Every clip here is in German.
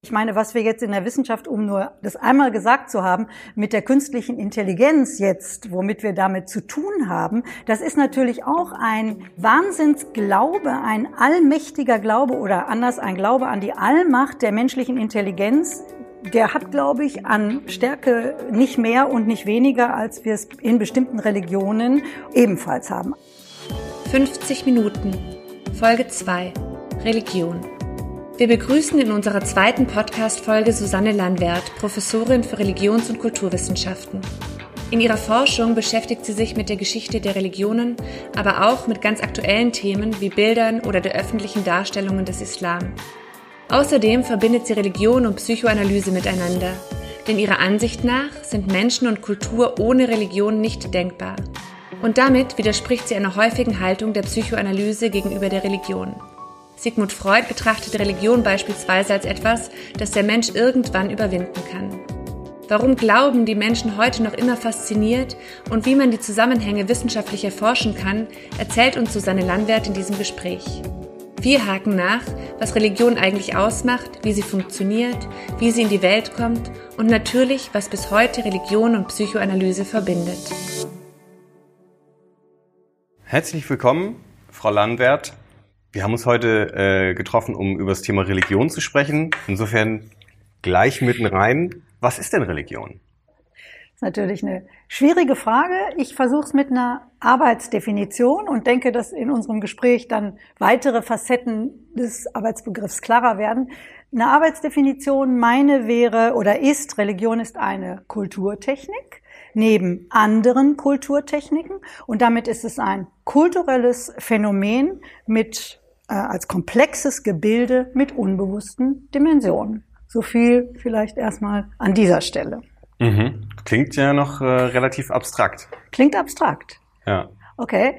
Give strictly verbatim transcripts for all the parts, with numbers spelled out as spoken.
Ich meine, was wir jetzt in der Wissenschaft, um nur das einmal gesagt zu haben, mit der künstlichen Intelligenz jetzt, womit wir damit zu tun haben, das ist natürlich auch ein Wahnsinnsglaube, ein allmächtiger Glaube oder anders ein Glaube an die Allmacht der menschlichen Intelligenz. Der hat, glaube ich, an Stärke nicht mehr und nicht weniger, als wir es in bestimmten Religionen ebenfalls haben. fünfzig Minuten, Folge zwei, Religion. Wir begrüßen in unserer zweiten Podcast-Folge Susanne Landwert, Professorin für Religions- und Kulturwissenschaften. In ihrer Forschung beschäftigt sie sich mit der Geschichte der Religionen, aber auch mit ganz aktuellen Themen wie Bildern oder der öffentlichen Darstellungen des Islam. Außerdem verbindet sie Religion und Psychoanalyse miteinander, denn ihrer Ansicht nach sind Menschen und Kultur ohne Religion nicht denkbar. Und damit widerspricht sie einer häufigen Haltung der Psychoanalyse gegenüber der Religion. Sigmund Freud betrachtete Religion beispielsweise als etwas, das der Mensch irgendwann überwinden kann. Warum Glauben die Menschen heute noch immer fasziniert und wie man die Zusammenhänge wissenschaftlich erforschen kann, erzählt uns Susanne Landwert in diesem Gespräch. Wir haken nach, was Religion eigentlich ausmacht, wie sie funktioniert, wie sie in die Welt kommt und natürlich, was bis heute Religion und Psychoanalyse verbindet. Herzlich willkommen, Frau Landwert. Wir haben uns heute äh, getroffen, um über das Thema Religion zu sprechen. Insofern gleich mitten rein. Was ist denn Religion? Das ist natürlich eine schwierige Frage. Ich versuche es mit einer Arbeitsdefinition und denke, dass in unserem Gespräch dann weitere Facetten des Arbeitsbegriffs klarer werden. Eine Arbeitsdefinition meine wäre oder ist, Religion ist eine Kulturtechnik neben anderen Kulturtechniken und damit ist es ein kulturelles Phänomen mit äh, als komplexes Gebilde mit unbewussten Dimensionen. So viel vielleicht erstmal an dieser Stelle. Mhm. Klingt ja noch äh, relativ abstrakt. Klingt abstrakt. Ja. Okay,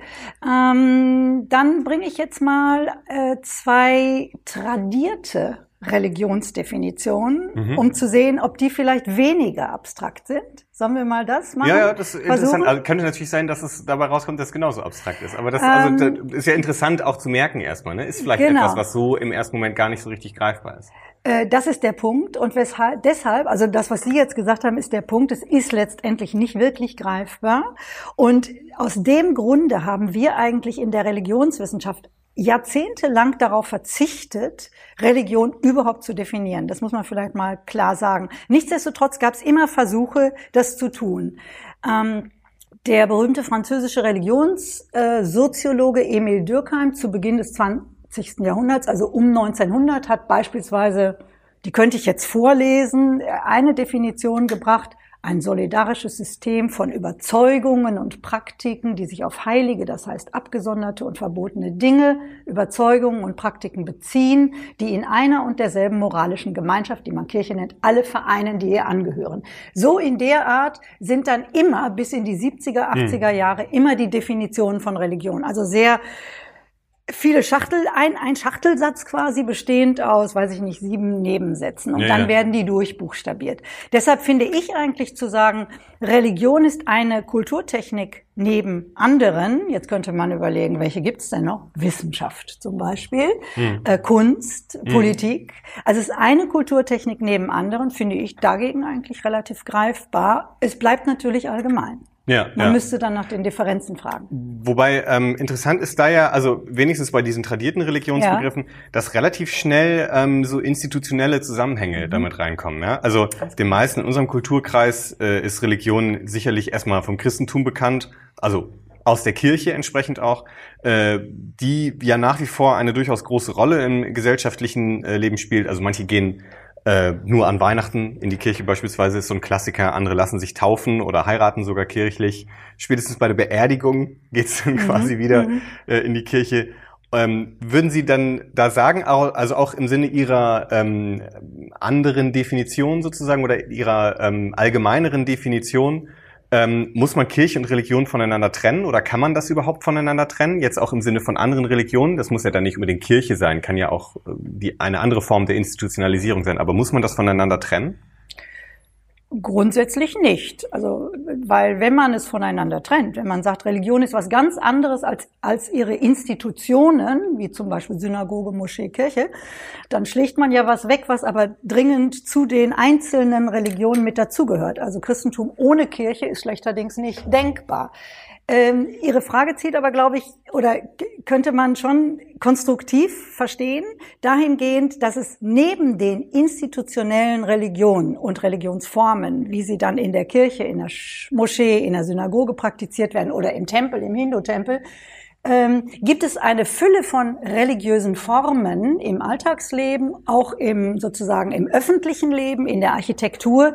ähm, dann bringe ich jetzt mal äh, zwei tradierte Religionsdefinitionen, mhm. um zu sehen, ob die vielleicht weniger abstrakt sind. Sollen wir mal das machen? Ja, ja, das ist interessant. Also, könnte natürlich sein, dass es dabei rauskommt, dass es genauso abstrakt ist. Aber das, ähm, also, das ist ja interessant auch zu merken erstmal. Ne? Ist vielleicht genau. etwas, was so im ersten Moment gar nicht so richtig greifbar ist. Äh, das ist der Punkt. Und weshalb, deshalb, also das, was Sie jetzt gesagt haben, ist der Punkt. Es ist letztendlich nicht wirklich greifbar. Und aus dem Grunde haben wir eigentlich in der Religionswissenschaft jahrzehntelang darauf verzichtet, Religion überhaupt zu definieren. Das muss man vielleicht mal klar sagen. Nichtsdestotrotz gab es immer Versuche, das zu tun. Ähm, der berühmte französische Religionssoziologe Émile Durkheim zu Beginn des zwanzigsten Jahrhunderts, also um neunzehnhundert, hat beispielsweise, die könnte ich jetzt vorlesen, eine Definition gebracht: ein solidarisches System von Überzeugungen und Praktiken, die sich auf heilige, das heißt abgesonderte und verbotene Dinge, Überzeugungen und Praktiken beziehen, die in einer und derselben moralischen Gemeinschaft, die man Kirche nennt, alle vereinen, die ihr angehören. So in der Art sind dann immer bis in die siebziger, achtziger Jahre immer die Definitionen von Religion. Also sehr viele Schachtel, ein, ein Schachtelsatz quasi bestehend aus, weiß ich nicht, sieben Nebensätzen. Und ja, dann ja. werden die durchbuchstabiert. Deshalb finde ich eigentlich zu sagen, Religion ist eine Kulturtechnik neben anderen. Jetzt könnte man überlegen, welche gibt's denn noch? Wissenschaft zum Beispiel, hm. äh, Kunst, hm. Politik. Also es ist eine Kulturtechnik neben anderen, finde ich dagegen eigentlich relativ greifbar. Es bleibt natürlich allgemein. Ja, Man ja. müsste dann nach den Differenzen fragen. Wobei ähm, interessant ist da ja, also wenigstens bei diesen tradierten Religionsbegriffen, ja. dass relativ schnell ähm, so institutionelle Zusammenhänge mhm. damit reinkommen. Ja? Also den meisten in unserem Kulturkreis äh, ist Religion sicherlich erstmal vom Christentum bekannt, also aus der Kirche entsprechend auch, äh, die ja nach wie vor eine durchaus große Rolle im gesellschaftlichen äh, Leben spielt. Also manche gehen Äh, nur an Weihnachten in die Kirche beispielsweise, ist so ein Klassiker. Andere lassen sich taufen oder heiraten sogar kirchlich. Spätestens bei der Beerdigung geht's dann mhm. quasi wieder mhm. äh, in die Kirche. Ähm, würden Sie dann da sagen, also auch im Sinne Ihrer ähm, anderen Definition sozusagen oder Ihrer ähm, allgemeineren Definition, Ähm, muss man Kirche und Religion voneinander trennen oder kann man das überhaupt voneinander trennen? Jetzt auch im Sinne von anderen Religionen. Das muss ja dann nicht unbedingt Kirche sein, kann ja auch die, eine andere Form der Institutionalisierung sein. Aber muss man das voneinander trennen? Grundsätzlich nicht. Also, weil wenn man es voneinander trennt, wenn man sagt, Religion ist was ganz anderes als, als ihre Institutionen, wie zum Beispiel Synagoge, Moschee, Kirche, dann schlägt man ja was weg, was aber dringend zu den einzelnen Religionen mit dazugehört. Also Christentum ohne Kirche ist schlechterdings nicht denkbar. Ähm, Ihre Frage zielt aber, glaube ich, oder könnte man schon konstruktiv verstehen, dahingehend, dass es neben den institutionellen Religionen und Religionsformen, wie sie dann in der Kirche, in der Moschee, in der Synagoge praktiziert werden oder im Tempel, im Hindu-Tempel, ähm, gibt es eine Fülle von religiösen Formen im Alltagsleben, auch im sozusagen im öffentlichen Leben, in der Architektur,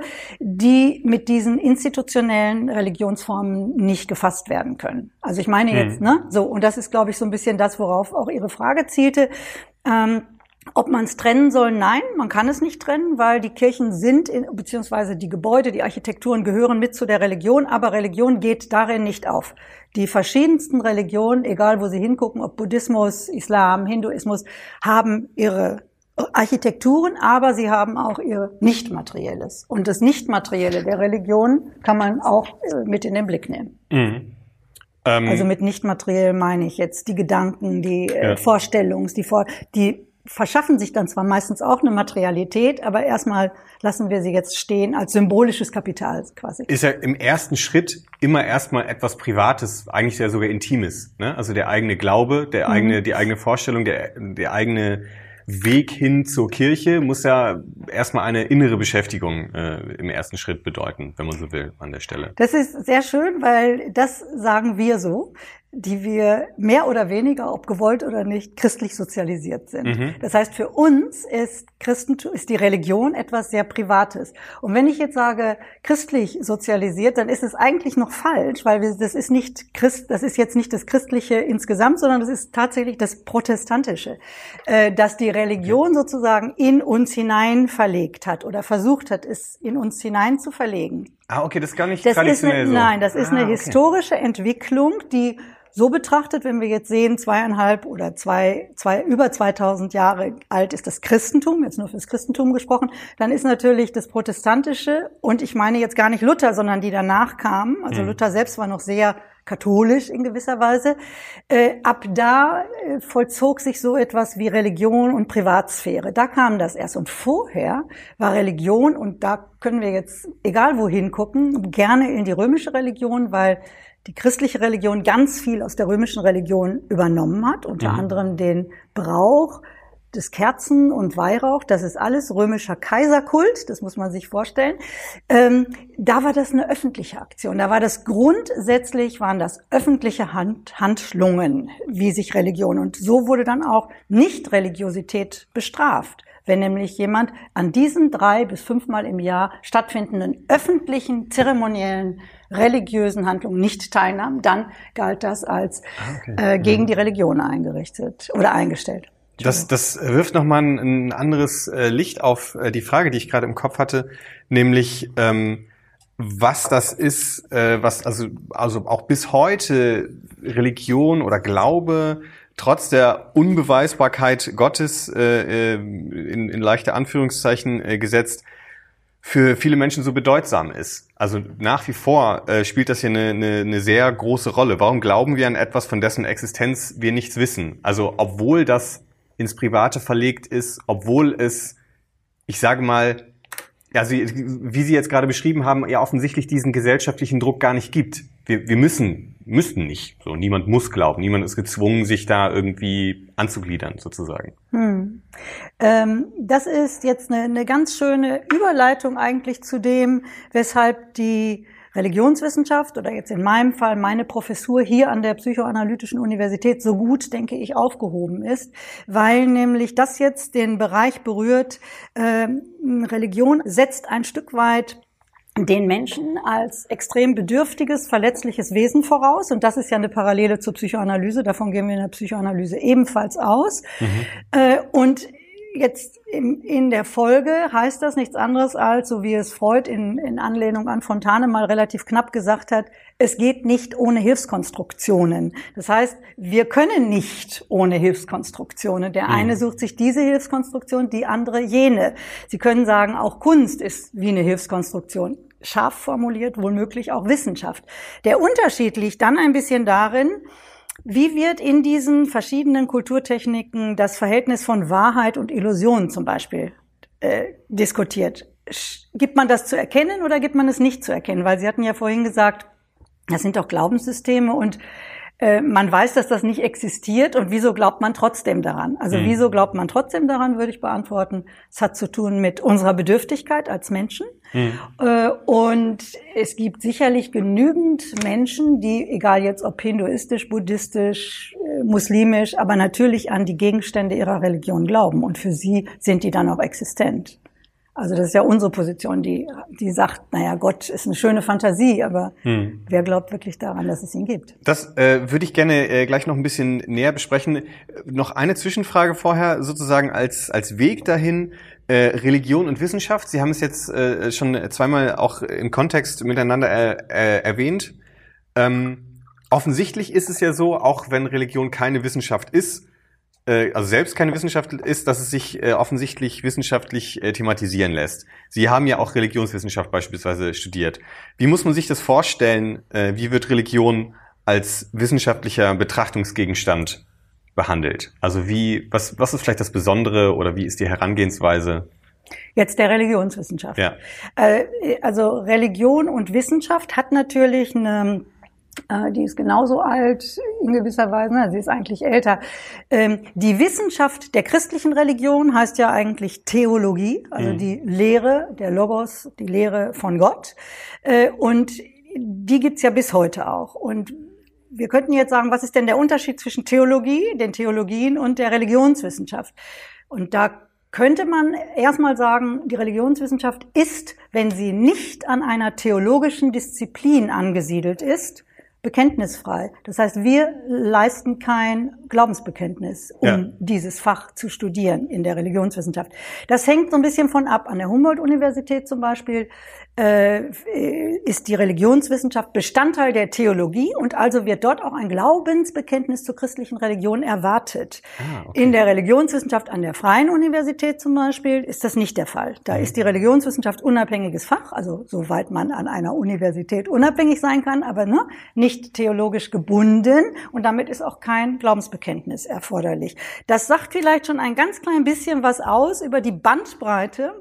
die mit diesen institutionellen Religionsformen nicht gefasst werden können. Also ich meine jetzt, mhm. ne, so, und das ist, glaube ich, so ein bisschen das, worauf auch Ihre Frage zielte. Ähm, Ob man es trennen soll? Nein, man kann es nicht trennen, weil die Kirchen sind, in, beziehungsweise die Gebäude, die Architekturen gehören mit zu der Religion, aber Religion geht darin nicht auf. Die verschiedensten Religionen, egal wo Sie hingucken, ob Buddhismus, Islam, Hinduismus, haben ihre Architekturen, aber sie haben auch ihr Nichtmaterielles. Und das Nichtmaterielle der Religion kann man auch mit in den Blick nehmen. Mhm. Ähm, also mit Nichtmateriell meine ich jetzt die Gedanken, die ja. äh, Vorstellungs, die Vor, die verschaffen sich dann zwar meistens auch eine Materialität, aber erstmal lassen wir sie jetzt stehen als symbolisches Kapital quasi. Ist ja im ersten Schritt immer erstmal etwas Privates, eigentlich ja sogar Intimes, ne? Also der eigene Glaube, der mhm. eigene, die eigene Vorstellung, der, der eigene Weg hin zur Kirche muss ja erstmal eine innere Beschäftigung äh, im ersten Schritt bedeuten, wenn man so will, an der Stelle. Das ist sehr schön, weil das sagen wir so, die wir mehr oder weniger, ob gewollt oder nicht, christlich sozialisiert sind. Mhm. Das heißt, für uns ist Christentum, ist die Religion etwas sehr Privates. Und wenn ich jetzt sage, christlich sozialisiert, dann ist es eigentlich noch falsch, weil wir, das ist nicht Christ, das ist jetzt nicht das Christliche insgesamt, sondern das ist tatsächlich das Protestantische, äh, dass die Religion sozusagen in uns hinein verlegt hat oder versucht hat, es in uns hinein zu verlegen. Ah, okay, das ist gar nicht das traditionell ist eine, so. Nein, das ist ah, eine okay. historische Entwicklung, die so betrachtet, wenn wir jetzt sehen, zweieinhalb oder zwei, zwei, über zweitausend Jahre alt ist das Christentum, jetzt nur fürs Christentum gesprochen, dann ist natürlich das Protestantische, und ich meine jetzt gar nicht Luther, sondern die danach kamen, also mhm. Luther selbst war noch sehr katholisch in gewisser Weise, äh, ab da äh, vollzog sich so etwas wie Religion und Privatsphäre. Da kam das erst. Und vorher war Religion, und da können wir jetzt, egal wohin gucken, gerne in die römische Religion, weil die christliche Religion ganz viel aus der römischen Religion übernommen hat, unter mhm. anderem den Brauch des Kerzen- und Weihrauch, das ist alles römischer Kaiserkult, das muss man sich vorstellen. Ähm, da war das eine öffentliche Aktion, da war das grundsätzlich, waren das öffentliche Hand, Handlungen, wie sich Religion, und so wurde dann auch Nicht-Religiosität bestraft. Wenn nämlich jemand an diesen drei bis fünfmal im Jahr stattfindenden öffentlichen, zeremoniellen, religiösen Handlungen nicht teilnahm, dann galt das als okay. äh, gegen die Religion eingerichtet oder eingestellt. Das, das wirft nochmal ein, ein anderes äh, Licht auf äh, die Frage, die ich gerade im Kopf hatte, nämlich ähm, was das ist, äh, was also also auch bis heute Religion oder Glaube trotz der Unbeweisbarkeit Gottes äh, in, in leichte Anführungszeichen äh, gesetzt, für viele Menschen so bedeutsam ist. Also nach wie vor äh, spielt das hier eine, eine, eine sehr große Rolle. Warum glauben wir an etwas, von dessen Existenz wir nichts wissen? Also obwohl das ins Private verlegt ist, obwohl es, ich sage mal, also wie Sie jetzt gerade beschrieben haben, ja offensichtlich diesen gesellschaftlichen Druck gar nicht gibt. Wir, wir müssen, müssten nicht. So, niemand muss glauben. Niemand ist gezwungen, sich da irgendwie anzugliedern, sozusagen. Hm. Ähm, das ist jetzt eine, eine ganz schöne Überleitung eigentlich zu dem, weshalb die Religionswissenschaft oder jetzt in meinem Fall meine Professur hier an der Psychoanalytischen Universität so gut, denke ich, aufgehoben ist, weil nämlich das jetzt den Bereich berührt, äh, Religion setzt ein Stück weit den Menschen als extrem bedürftiges, verletzliches Wesen voraus. Und das ist ja eine Parallele zur Psychoanalyse. Davon gehen wir in der Psychoanalyse ebenfalls aus. Mhm. Äh, und jetzt in, in der Folge heißt das nichts anderes als, so wie es Freud in, in Anlehnung an Fontane mal relativ knapp gesagt hat, es geht nicht ohne Hilfskonstruktionen. Das heißt, wir können nicht ohne Hilfskonstruktionen. Der eine sucht sich diese Hilfskonstruktion, die andere jene. Sie können sagen, auch Kunst ist wie eine Hilfskonstruktion. scharf formuliert, womöglich auch Wissenschaft. Der Unterschied liegt dann ein bisschen darin, wie wird in diesen verschiedenen Kulturtechniken das Verhältnis von Wahrheit und Illusion zum Beispiel äh, diskutiert? Gibt man das zu erkennen oder gibt man es nicht zu erkennen? Weil Sie hatten ja vorhin gesagt, das sind doch Glaubenssysteme und äh, man weiß, dass das nicht existiert und wieso glaubt man trotzdem daran? Also mhm. wieso glaubt man trotzdem daran, würde ich beantworten. Es hat zu tun mit unserer Bedürftigkeit als Menschen. Mhm. Äh, und es gibt sicherlich genügend Menschen, die, egal jetzt ob hinduistisch, buddhistisch, äh, muslimisch, aber natürlich an die Gegenstände ihrer Religion glauben und für sie sind die dann auch existent. Also das ist ja unsere Position, die die sagt, naja, Gott ist eine schöne Fantasie, aber hm. wer glaubt wirklich daran, dass es ihn gibt? Das äh, würde ich gerne äh, gleich noch ein bisschen näher besprechen. Noch eine Zwischenfrage vorher, sozusagen als als Weg dahin, äh, Religion und Wissenschaft. Sie haben es jetzt äh, schon zweimal auch im Kontext miteinander äh, äh, erwähnt. Ähm, offensichtlich ist es ja so, auch wenn Religion keine Wissenschaft ist, also selbst keine Wissenschaft ist, dass es sich äh, offensichtlich wissenschaftlich äh, thematisieren lässt. Sie haben ja auch Religionswissenschaft beispielsweise studiert. Wie muss man sich das vorstellen? Äh, wie wird Religion als wissenschaftlicher Betrachtungsgegenstand behandelt? Also wie, was, was ist vielleicht das Besondere oder wie ist die Herangehensweise? Jetzt der Religionswissenschaft. Ja. Äh, also Religion und Wissenschaft hat natürlich eine die ist genauso alt in gewisser Weise, sie ist eigentlich älter. Die Wissenschaft der christlichen Religion heißt ja eigentlich Theologie, also mhm. die Lehre, der Logos, die Lehre von Gott. Und die gibt's ja bis heute auch. Und wir könnten jetzt sagen, was ist denn der Unterschied zwischen Theologie, den Theologien und der Religionswissenschaft? Und da könnte man erstmal sagen, die Religionswissenschaft ist, wenn sie nicht an einer theologischen Disziplin angesiedelt ist, bekenntnisfrei. Das heißt, wir leisten kein Glaubensbekenntnis, um ja. dieses Fach zu studieren in der Religionswissenschaft. Das hängt so ein bisschen von ab. An der Humboldt-Universität zum Beispiel äh, ist die Religionswissenschaft Bestandteil der Theologie und also wird dort auch ein Glaubensbekenntnis zur christlichen Religion erwartet. Ah, okay. In der Religionswissenschaft an der Freien Universität zum Beispiel ist das nicht der Fall. Da mhm. ist die Religionswissenschaft unabhängiges Fach, also soweit man an einer Universität unabhängig sein kann, aber ne, nicht theologisch gebunden und damit ist auch kein Glaubensbekenntnis erforderlich. Das sagt vielleicht schon ein ganz klein bisschen was aus über die Bandbreite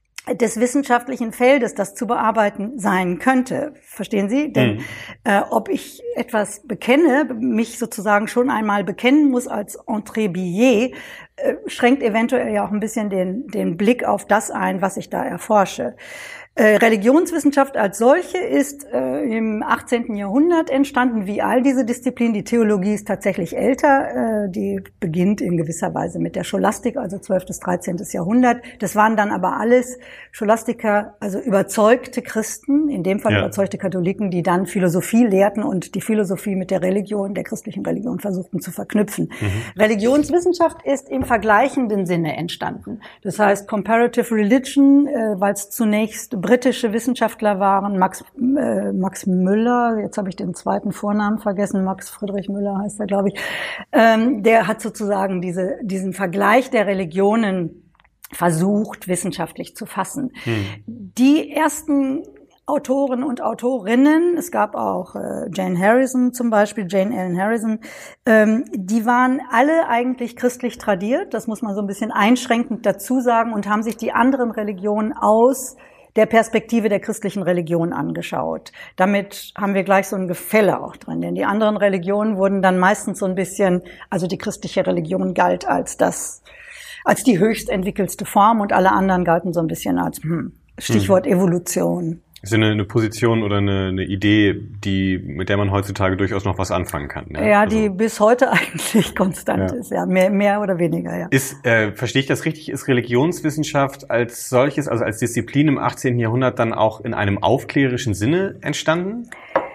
des wissenschaftlichen Feldes, das zu bearbeiten sein könnte. Verstehen Sie? Denn mhm. äh, ob ich etwas bekenne, mich sozusagen schon einmal bekennen muss als Entrebillet, äh, schränkt eventuell ja auch ein bisschen den, den Blick auf das ein, was ich da erforsche. Äh, Religionswissenschaft als solche ist äh, im achtzehnten Jahrhundert entstanden, wie all diese Disziplinen. Die Theologie ist tatsächlich älter, äh, die beginnt in gewisser Weise mit der Scholastik, also zwölftes, dreizehntes Jahrhundert. Das waren dann aber alles Scholastiker, also überzeugte Christen, in dem Fall ja. überzeugte Katholiken, die dann Philosophie lehrten und die Philosophie mit der Religion, der christlichen Religion versuchten zu verknüpfen. Mhm. Religionswissenschaft ist im vergleichenden Sinne entstanden. Das heißt Comparative Religion, äh, weil es zunächst britische Wissenschaftler waren, Max, äh, Max Müller, jetzt habe ich den zweiten Vornamen vergessen, Max Friedrich Müller heißt er, glaube ich, ähm, der hat sozusagen diese, diesen Vergleich der Religionen versucht, wissenschaftlich zu fassen. Hm. Die ersten Autoren und Autorinnen, es gab auch äh, Jane Harrison zum Beispiel, Jane Ellen Harrison, ähm, die waren alle eigentlich christlich tradiert, das muss man so ein bisschen einschränkend dazu sagen, und haben sich die anderen Religionen aus der Perspektive der christlichen Religion angeschaut. Damit haben wir gleich so ein Gefälle auch drin, denn die anderen Religionen wurden dann meistens so ein bisschen, also die christliche Religion galt als das, als die höchst entwickelste Form und alle anderen galten so ein bisschen als, hm, Stichwort hm. Evolution. Ist ja eine, eine Position oder eine, eine Idee, die, mit der man heutzutage durchaus noch was anfangen kann. Ne? Ja, die also, bis heute eigentlich konstant ja. ist, ja, mehr, mehr oder weniger, ja. Ist, äh, verstehe ich das richtig, ist Religionswissenschaft als solches, also als Disziplin im achtzehnten Jahrhundert dann auch in einem aufklärerischen Sinne entstanden?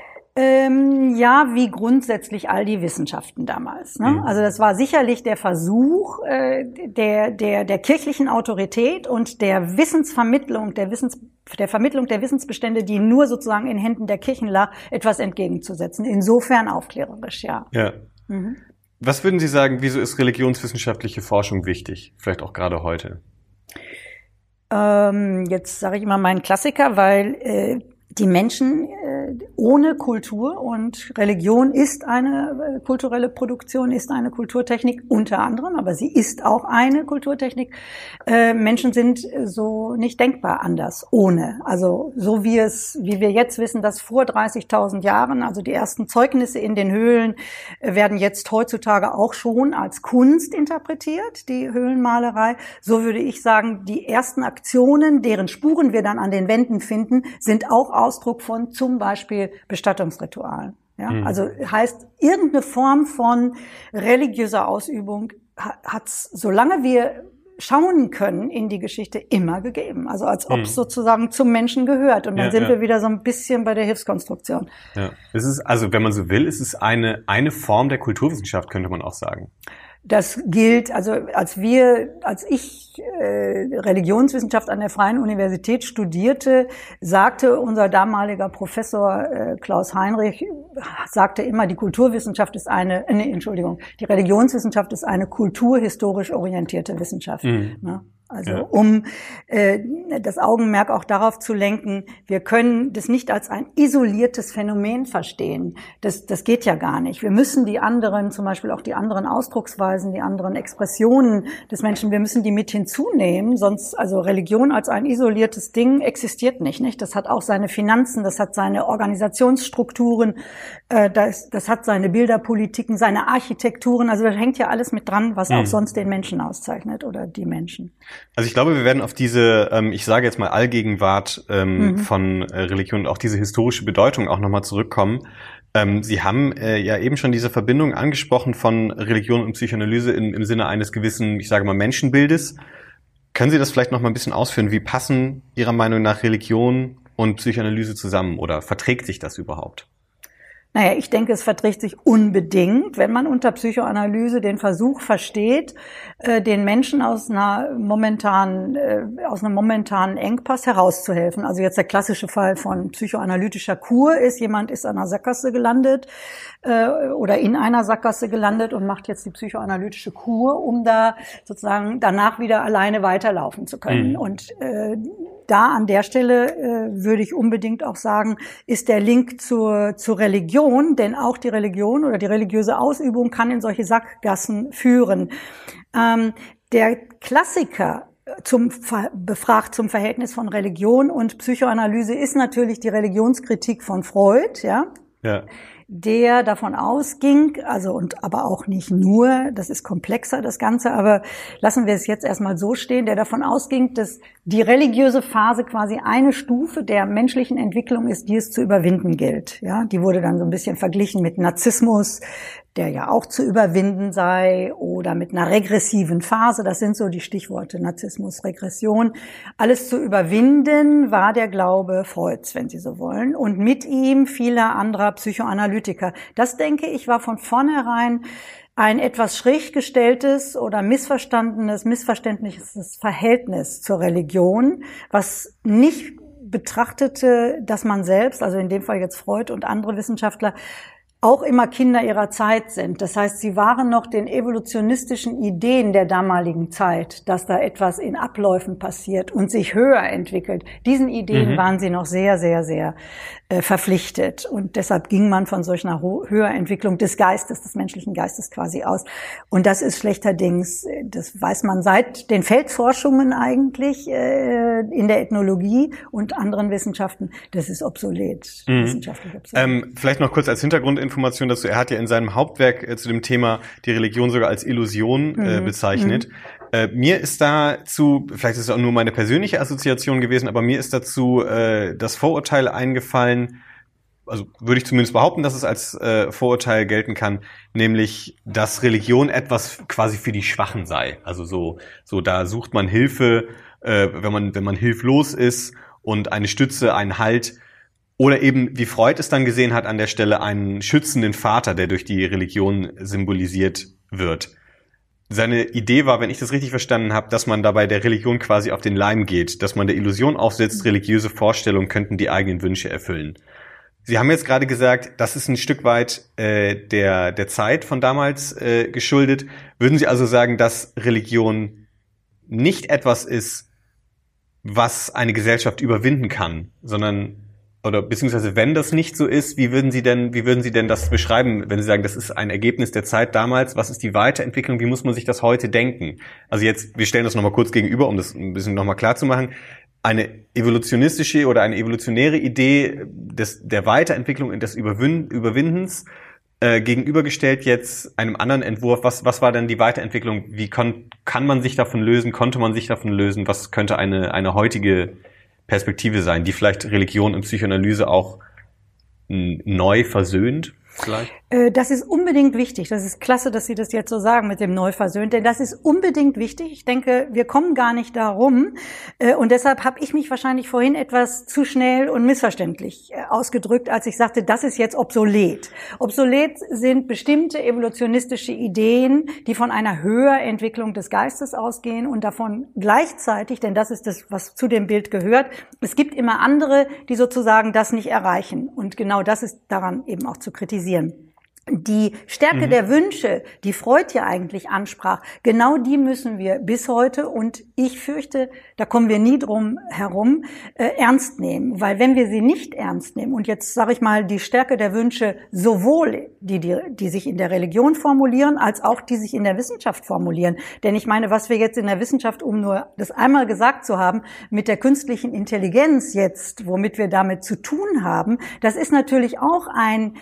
Ähm, ja, wie grundsätzlich all die Wissenschaften damals. Ne? Mhm. Also das war sicherlich der Versuch äh, der der der kirchlichen Autorität und der Wissensvermittlung, der Wissens der Vermittlung der Wissensbestände, die nur sozusagen in Händen der Kirchen lag, etwas entgegenzusetzen. Insofern aufklärerisch, ja. Ja. Mhm. Was würden Sie sagen, wieso ist religionswissenschaftliche Forschung wichtig? Vielleicht auch gerade heute? Ähm, jetzt sage ich immer meinen Klassiker, weil äh, die Menschen äh, ohne Kultur, und Religion ist eine äh, kulturelle Produktion, ist eine Kulturtechnik unter anderem, aber sie ist auch eine Kulturtechnik. Äh, Menschen sind so nicht denkbar anders ohne. Also so wie es, wie wir jetzt wissen, dass vor dreißigtausend Jahren, also die ersten Zeugnisse in den Höhlen äh, werden jetzt heutzutage auch schon als Kunst interpretiert, die Höhlenmalerei. So würde ich sagen, die ersten Aktionen, deren Spuren wir dann an den Wänden finden, sind auch Ausdruck von zum Beispiel Bestattungsritualen. Ja? Mhm. Also heißt, irgendeine Form von religiöser Ausübung hat es, solange wir schauen können in die Geschichte, immer gegeben. Also als ob es mhm. sozusagen zum Menschen gehört. Und dann ja, sind ja. wir wieder so ein bisschen bei der Hilfskonstruktion. Ja. Es ist, also wenn man so will, ist es eine, eine Form der Kulturwissenschaft, könnte man auch sagen. Das gilt, also als wir, als ich äh, Religionswissenschaft an der Freien Universität studierte, sagte unser damaliger Professor äh, Klaus Heinrich, sagte immer, die Kulturwissenschaft ist eine, äh, nee, Entschuldigung, die Religionswissenschaft ist eine kulturhistorisch orientierte Wissenschaft. Mhm. Ne? Also ja. um äh, das Augenmerk auch darauf zu lenken, wir können das nicht als ein isoliertes Phänomen verstehen. Das, das geht ja gar nicht. Wir müssen die anderen, zum Beispiel auch die anderen Ausdrucksweisen, die anderen Expressionen des Menschen, wir müssen die mit hinzunehmen. Sonst, also Religion als ein isoliertes Ding existiert nicht. Nicht? Das hat auch seine Finanzen, das hat seine Organisationsstrukturen, äh, das, das hat seine Bilderpolitiken, seine Architekturen. Also das hängt ja alles mit dran, was mhm. auch sonst den Menschen auszeichnet oder die Menschen. Also ich glaube, wir werden auf diese, ähm, ich sage jetzt mal Allgegenwart ähm, mhm. von äh, Religion und auch diese historische Bedeutung auch nochmal zurückkommen. Ähm, Sie haben äh, ja eben schon diese Verbindung angesprochen von Religion und Psychoanalyse im, im Sinne eines gewissen, ich sage mal, Menschenbildes. Können Sie das vielleicht nochmal ein bisschen ausführen? Wie passen Ihrer Meinung nach Religion und Psychoanalyse zusammen oder verträgt sich das überhaupt? Naja, ich denke, es verträgt sich unbedingt, wenn man unter Psychoanalyse den Versuch versteht, den Menschen aus einer momentanen, aus einem momentanen Engpass herauszuhelfen. Also jetzt der klassische Fall von psychoanalytischer Kur ist, jemand ist an einer Sackgasse gelandet oder in einer Sackgasse gelandet und macht jetzt die psychoanalytische Kur, um da sozusagen danach wieder alleine weiterlaufen zu können. Mhm. Und äh, da an der Stelle äh, würde ich unbedingt auch sagen, ist der Link zur, zur Religion, denn auch die Religion oder die religiöse Ausübung kann in solche Sackgassen führen. Ähm, der Klassiker zum befragt zum Verhältnis von Religion und Psychoanalyse ist natürlich die Religionskritik von Freud, ja. Ja. Der davon ausging, also und aber auch nicht nur, das ist komplexer, das Ganze, aber lassen wir es jetzt erstmal so stehen, der davon ausging, dass die religiöse Phase quasi eine Stufe der menschlichen Entwicklung ist, die es zu überwinden gilt. Ja, die wurde dann so ein bisschen verglichen mit Narzissmus, der ja auch zu überwinden sei, oder mit einer regressiven Phase, das sind so die Stichworte Narzissmus, Regression. Alles zu überwinden war der Glaube Freuds, wenn Sie so wollen, und mit ihm vieler anderer Psychoanalytiker. Das, denke ich, war von vornherein ein etwas schräg gestelltes oder missverstandenes, missverständliches Verhältnis zur Religion, was nicht betrachtete, dass man selbst, also in dem Fall jetzt Freud und andere Wissenschaftler, auch immer Kinder ihrer Zeit sind. Das heißt, sie waren noch den evolutionistischen Ideen der damaligen Zeit, dass da etwas in Abläufen passiert und sich höher entwickelt. Diesen Ideen mhm. waren sie noch sehr, sehr, sehr äh, verpflichtet. Und deshalb ging man von solch einer Höherentwicklung des Geistes, des menschlichen Geistes quasi aus. Und das ist schlechterdings, das weiß man seit den Feldforschungen eigentlich äh, in der Ethnologie und anderen Wissenschaften, das ist obsolet, mhm. wissenschaftlich obsolet. Ähm, vielleicht noch kurz als Hintergrundinformation dazu. Er hat ja in seinem Hauptwerk äh, zu dem Thema die Religion sogar als Illusion äh, mhm. bezeichnet. Mhm. Äh, mir ist dazu, vielleicht ist es auch nur meine persönliche Assoziation gewesen, aber mir ist dazu äh, das Vorurteil eingefallen, also würde ich zumindest behaupten, dass es als äh, Vorurteil gelten kann, nämlich, dass Religion etwas quasi für die Schwachen sei. Also so, so da sucht man Hilfe, äh, wenn man, wenn man hilflos ist, und eine Stütze, einen Halt. Oder eben, wie Freud es dann gesehen hat, an der Stelle einen schützenden Vater, der durch die Religion symbolisiert wird. Seine Idee war, wenn ich das richtig verstanden habe, dass man dabei der Religion quasi auf den Leim geht, dass man der Illusion aufsetzt, religiöse Vorstellungen könnten die eigenen Wünsche erfüllen. Sie haben jetzt gerade gesagt, das ist ein Stück weit äh, der der Zeit von damals äh, geschuldet. Würden Sie also sagen, dass Religion nicht etwas ist, was eine Gesellschaft überwinden kann, sondern oder beziehungsweise wenn das nicht so ist, wie würden Sie denn, wie würden Sie denn das beschreiben, wenn Sie sagen, das ist ein Ergebnis der Zeit damals? Was ist die Weiterentwicklung? Wie muss man sich das heute denken? Also jetzt, wir stellen das nochmal kurz gegenüber, um das ein bisschen nochmal klar zu machen. Eine evolutionistische oder eine evolutionäre Idee des, der Weiterentwicklung und des Überwin- Überwindens äh, gegenübergestellt jetzt einem anderen Entwurf. Was, was war denn die Weiterentwicklung? Wie kon- kann man sich davon lösen? Konnte man sich davon lösen? Was könnte eine, eine heutige Perspektive sein, die vielleicht Religion und Psychoanalyse auch n, neu versöhnt? Vielleicht? Das ist unbedingt wichtig. Das ist klasse, dass Sie das jetzt so sagen mit dem neu versöhnt, denn das ist unbedingt wichtig. Ich denke, wir kommen gar nicht darum. Und deshalb habe ich mich wahrscheinlich vorhin etwas zu schnell und missverständlich ausgedrückt, als ich sagte, das ist jetzt obsolet. Obsolet sind bestimmte evolutionistische Ideen, die von einer Höherentwicklung des Geistes ausgehen und davon gleichzeitig, denn das ist das, was zu dem Bild gehört, es gibt immer andere, die sozusagen das nicht erreichen. Und genau das ist daran eben auch zu kritisieren. Die Stärke mhm. der Wünsche, die Freud ja eigentlich ansprach, genau die müssen wir bis heute, und ich fürchte, da kommen wir nie drum herum, äh, ernst nehmen. Weil wenn wir sie nicht ernst nehmen, und jetzt sage ich mal, die Stärke der Wünsche, sowohl die, die, die sich in der Religion formulieren, als auch die sich in der Wissenschaft formulieren. Denn ich meine, was wir jetzt in der Wissenschaft, um nur das einmal gesagt zu haben, mit der künstlichen Intelligenz jetzt, womit wir damit zu tun haben, das ist natürlich auch ein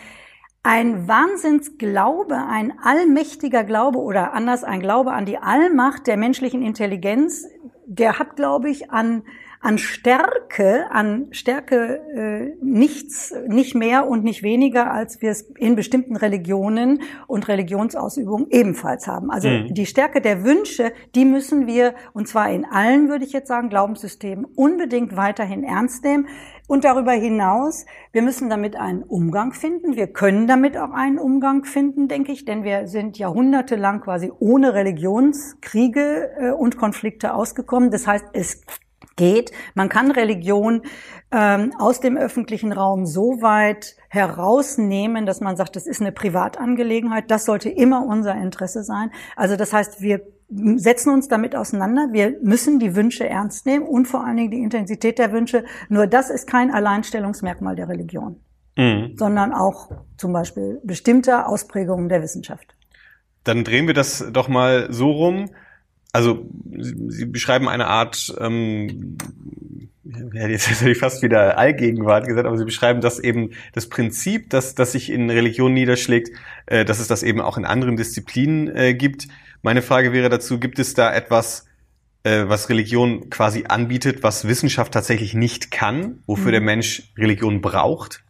Ein Wahnsinnsglaube, ein allmächtiger Glaube oder anders ein Glaube an die Allmacht der menschlichen Intelligenz, der hat, glaube ich, an an Stärke, an Stärke äh, nichts, nicht mehr und nicht weniger, als wir es in bestimmten Religionen und Religionsausübungen ebenfalls haben. Also mhm. die Stärke der Wünsche, die müssen wir, und zwar in allen, würde ich jetzt sagen, Glaubenssystemen unbedingt weiterhin ernst nehmen. Und darüber hinaus, wir müssen damit einen Umgang finden. Wir können damit auch einen Umgang finden, denke ich, denn wir sind jahrhundertelang quasi ohne Religionskriege äh, und Konflikte ausgekommen. Das heißt, es geht. Man kann Religion ähm, aus dem öffentlichen Raum so weit herausnehmen, dass man sagt, das ist eine Privatangelegenheit. Das sollte immer unser Interesse sein. Also das heißt, wir setzen uns damit auseinander. Wir müssen die Wünsche ernst nehmen und vor allen Dingen die Intensität der Wünsche. Nur das ist kein Alleinstellungsmerkmal der Religion, mhm. sondern auch zum Beispiel bestimmter Ausprägungen der Wissenschaft. Dann drehen wir das doch mal so rum. Also Sie beschreiben eine Art, ähm, ja, jetzt hätte ich fast wieder Allgegenwart gesagt, aber Sie beschreiben das eben, das Prinzip, das, das sich in Religion niederschlägt, äh, dass es das eben auch in anderen Disziplinen äh, gibt. Meine Frage wäre dazu, gibt es da etwas, äh, was Religion quasi anbietet, was Wissenschaft tatsächlich nicht kann, wofür mhm. der Mensch Religion braucht?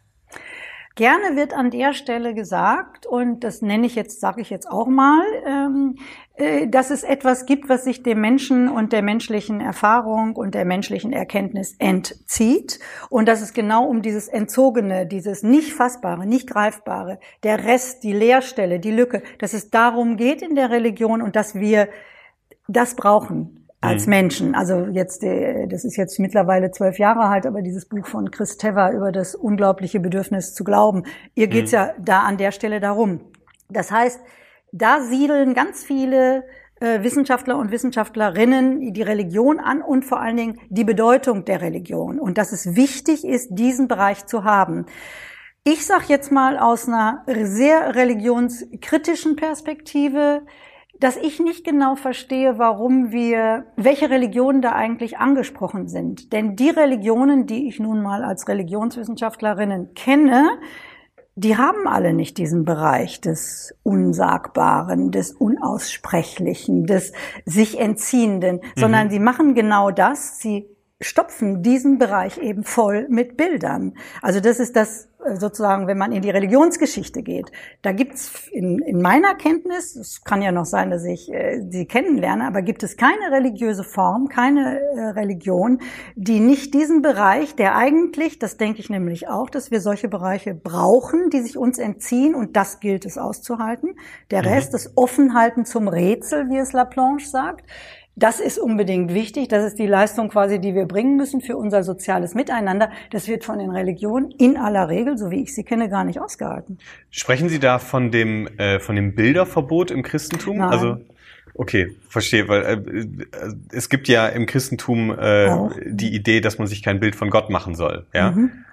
Gerne wird an der Stelle gesagt, und das nenne ich jetzt, sage ich jetzt auch mal, ähm, äh, dass es etwas gibt, was sich dem Menschen und der menschlichen Erfahrung und der menschlichen Erkenntnis entzieht, und dass es genau um dieses Entzogene, dieses nicht Fassbare, nicht Greifbare, der Rest, die Leerstelle, die Lücke, dass es darum geht in der Religion und dass wir das brauchen als Menschen. Also jetzt, das ist jetzt mittlerweile zwölf Jahre alt, aber dieses Buch von Chris Tever über das unglaubliche Bedürfnis zu glauben, ihr geht's mhm. ja da an der Stelle darum. Das heißt, da siedeln ganz viele äh, Wissenschaftler und Wissenschaftlerinnen die Religion an und vor allen Dingen die Bedeutung der Religion und dass es wichtig ist, diesen Bereich zu haben. Ich sage jetzt mal aus einer sehr religionskritischen Perspektive, dass ich nicht genau verstehe, warum wir, welche Religionen da eigentlich angesprochen sind. Denn die Religionen, die ich nun mal als Religionswissenschaftlerinnen kenne, die haben alle nicht diesen Bereich des Unsagbaren, des Unaussprechlichen, des sich Entziehenden, mhm. sondern sie machen genau das, sie stopfen diesen Bereich eben voll mit Bildern. Also das ist das sozusagen, wenn man in die Religionsgeschichte geht. Da gibt's in, in meiner Kenntnis, es kann ja noch sein, dass ich äh, sie kennenlerne, aber gibt es keine religiöse Form, keine äh, Religion, die nicht diesen Bereich, der eigentlich, das denke ich nämlich auch, dass wir solche Bereiche brauchen, die sich uns entziehen, und das gilt es auszuhalten. Der Rest, mhm. das Offenhalten zum Rätsel, wie es Laplanche sagt, das ist unbedingt wichtig. Das ist die Leistung quasi, die wir bringen müssen für unser soziales Miteinander. Das wird von den Religionen in aller Regel, so wie ich sie kenne, gar nicht ausgehalten. Sprechen Sie da von dem äh, von dem Bilderverbot im Christentum? Nein. Also okay, verstehe, weil äh, es gibt ja im Christentum äh, die Idee, dass man sich kein Bild von Gott machen soll, ja? Mhm.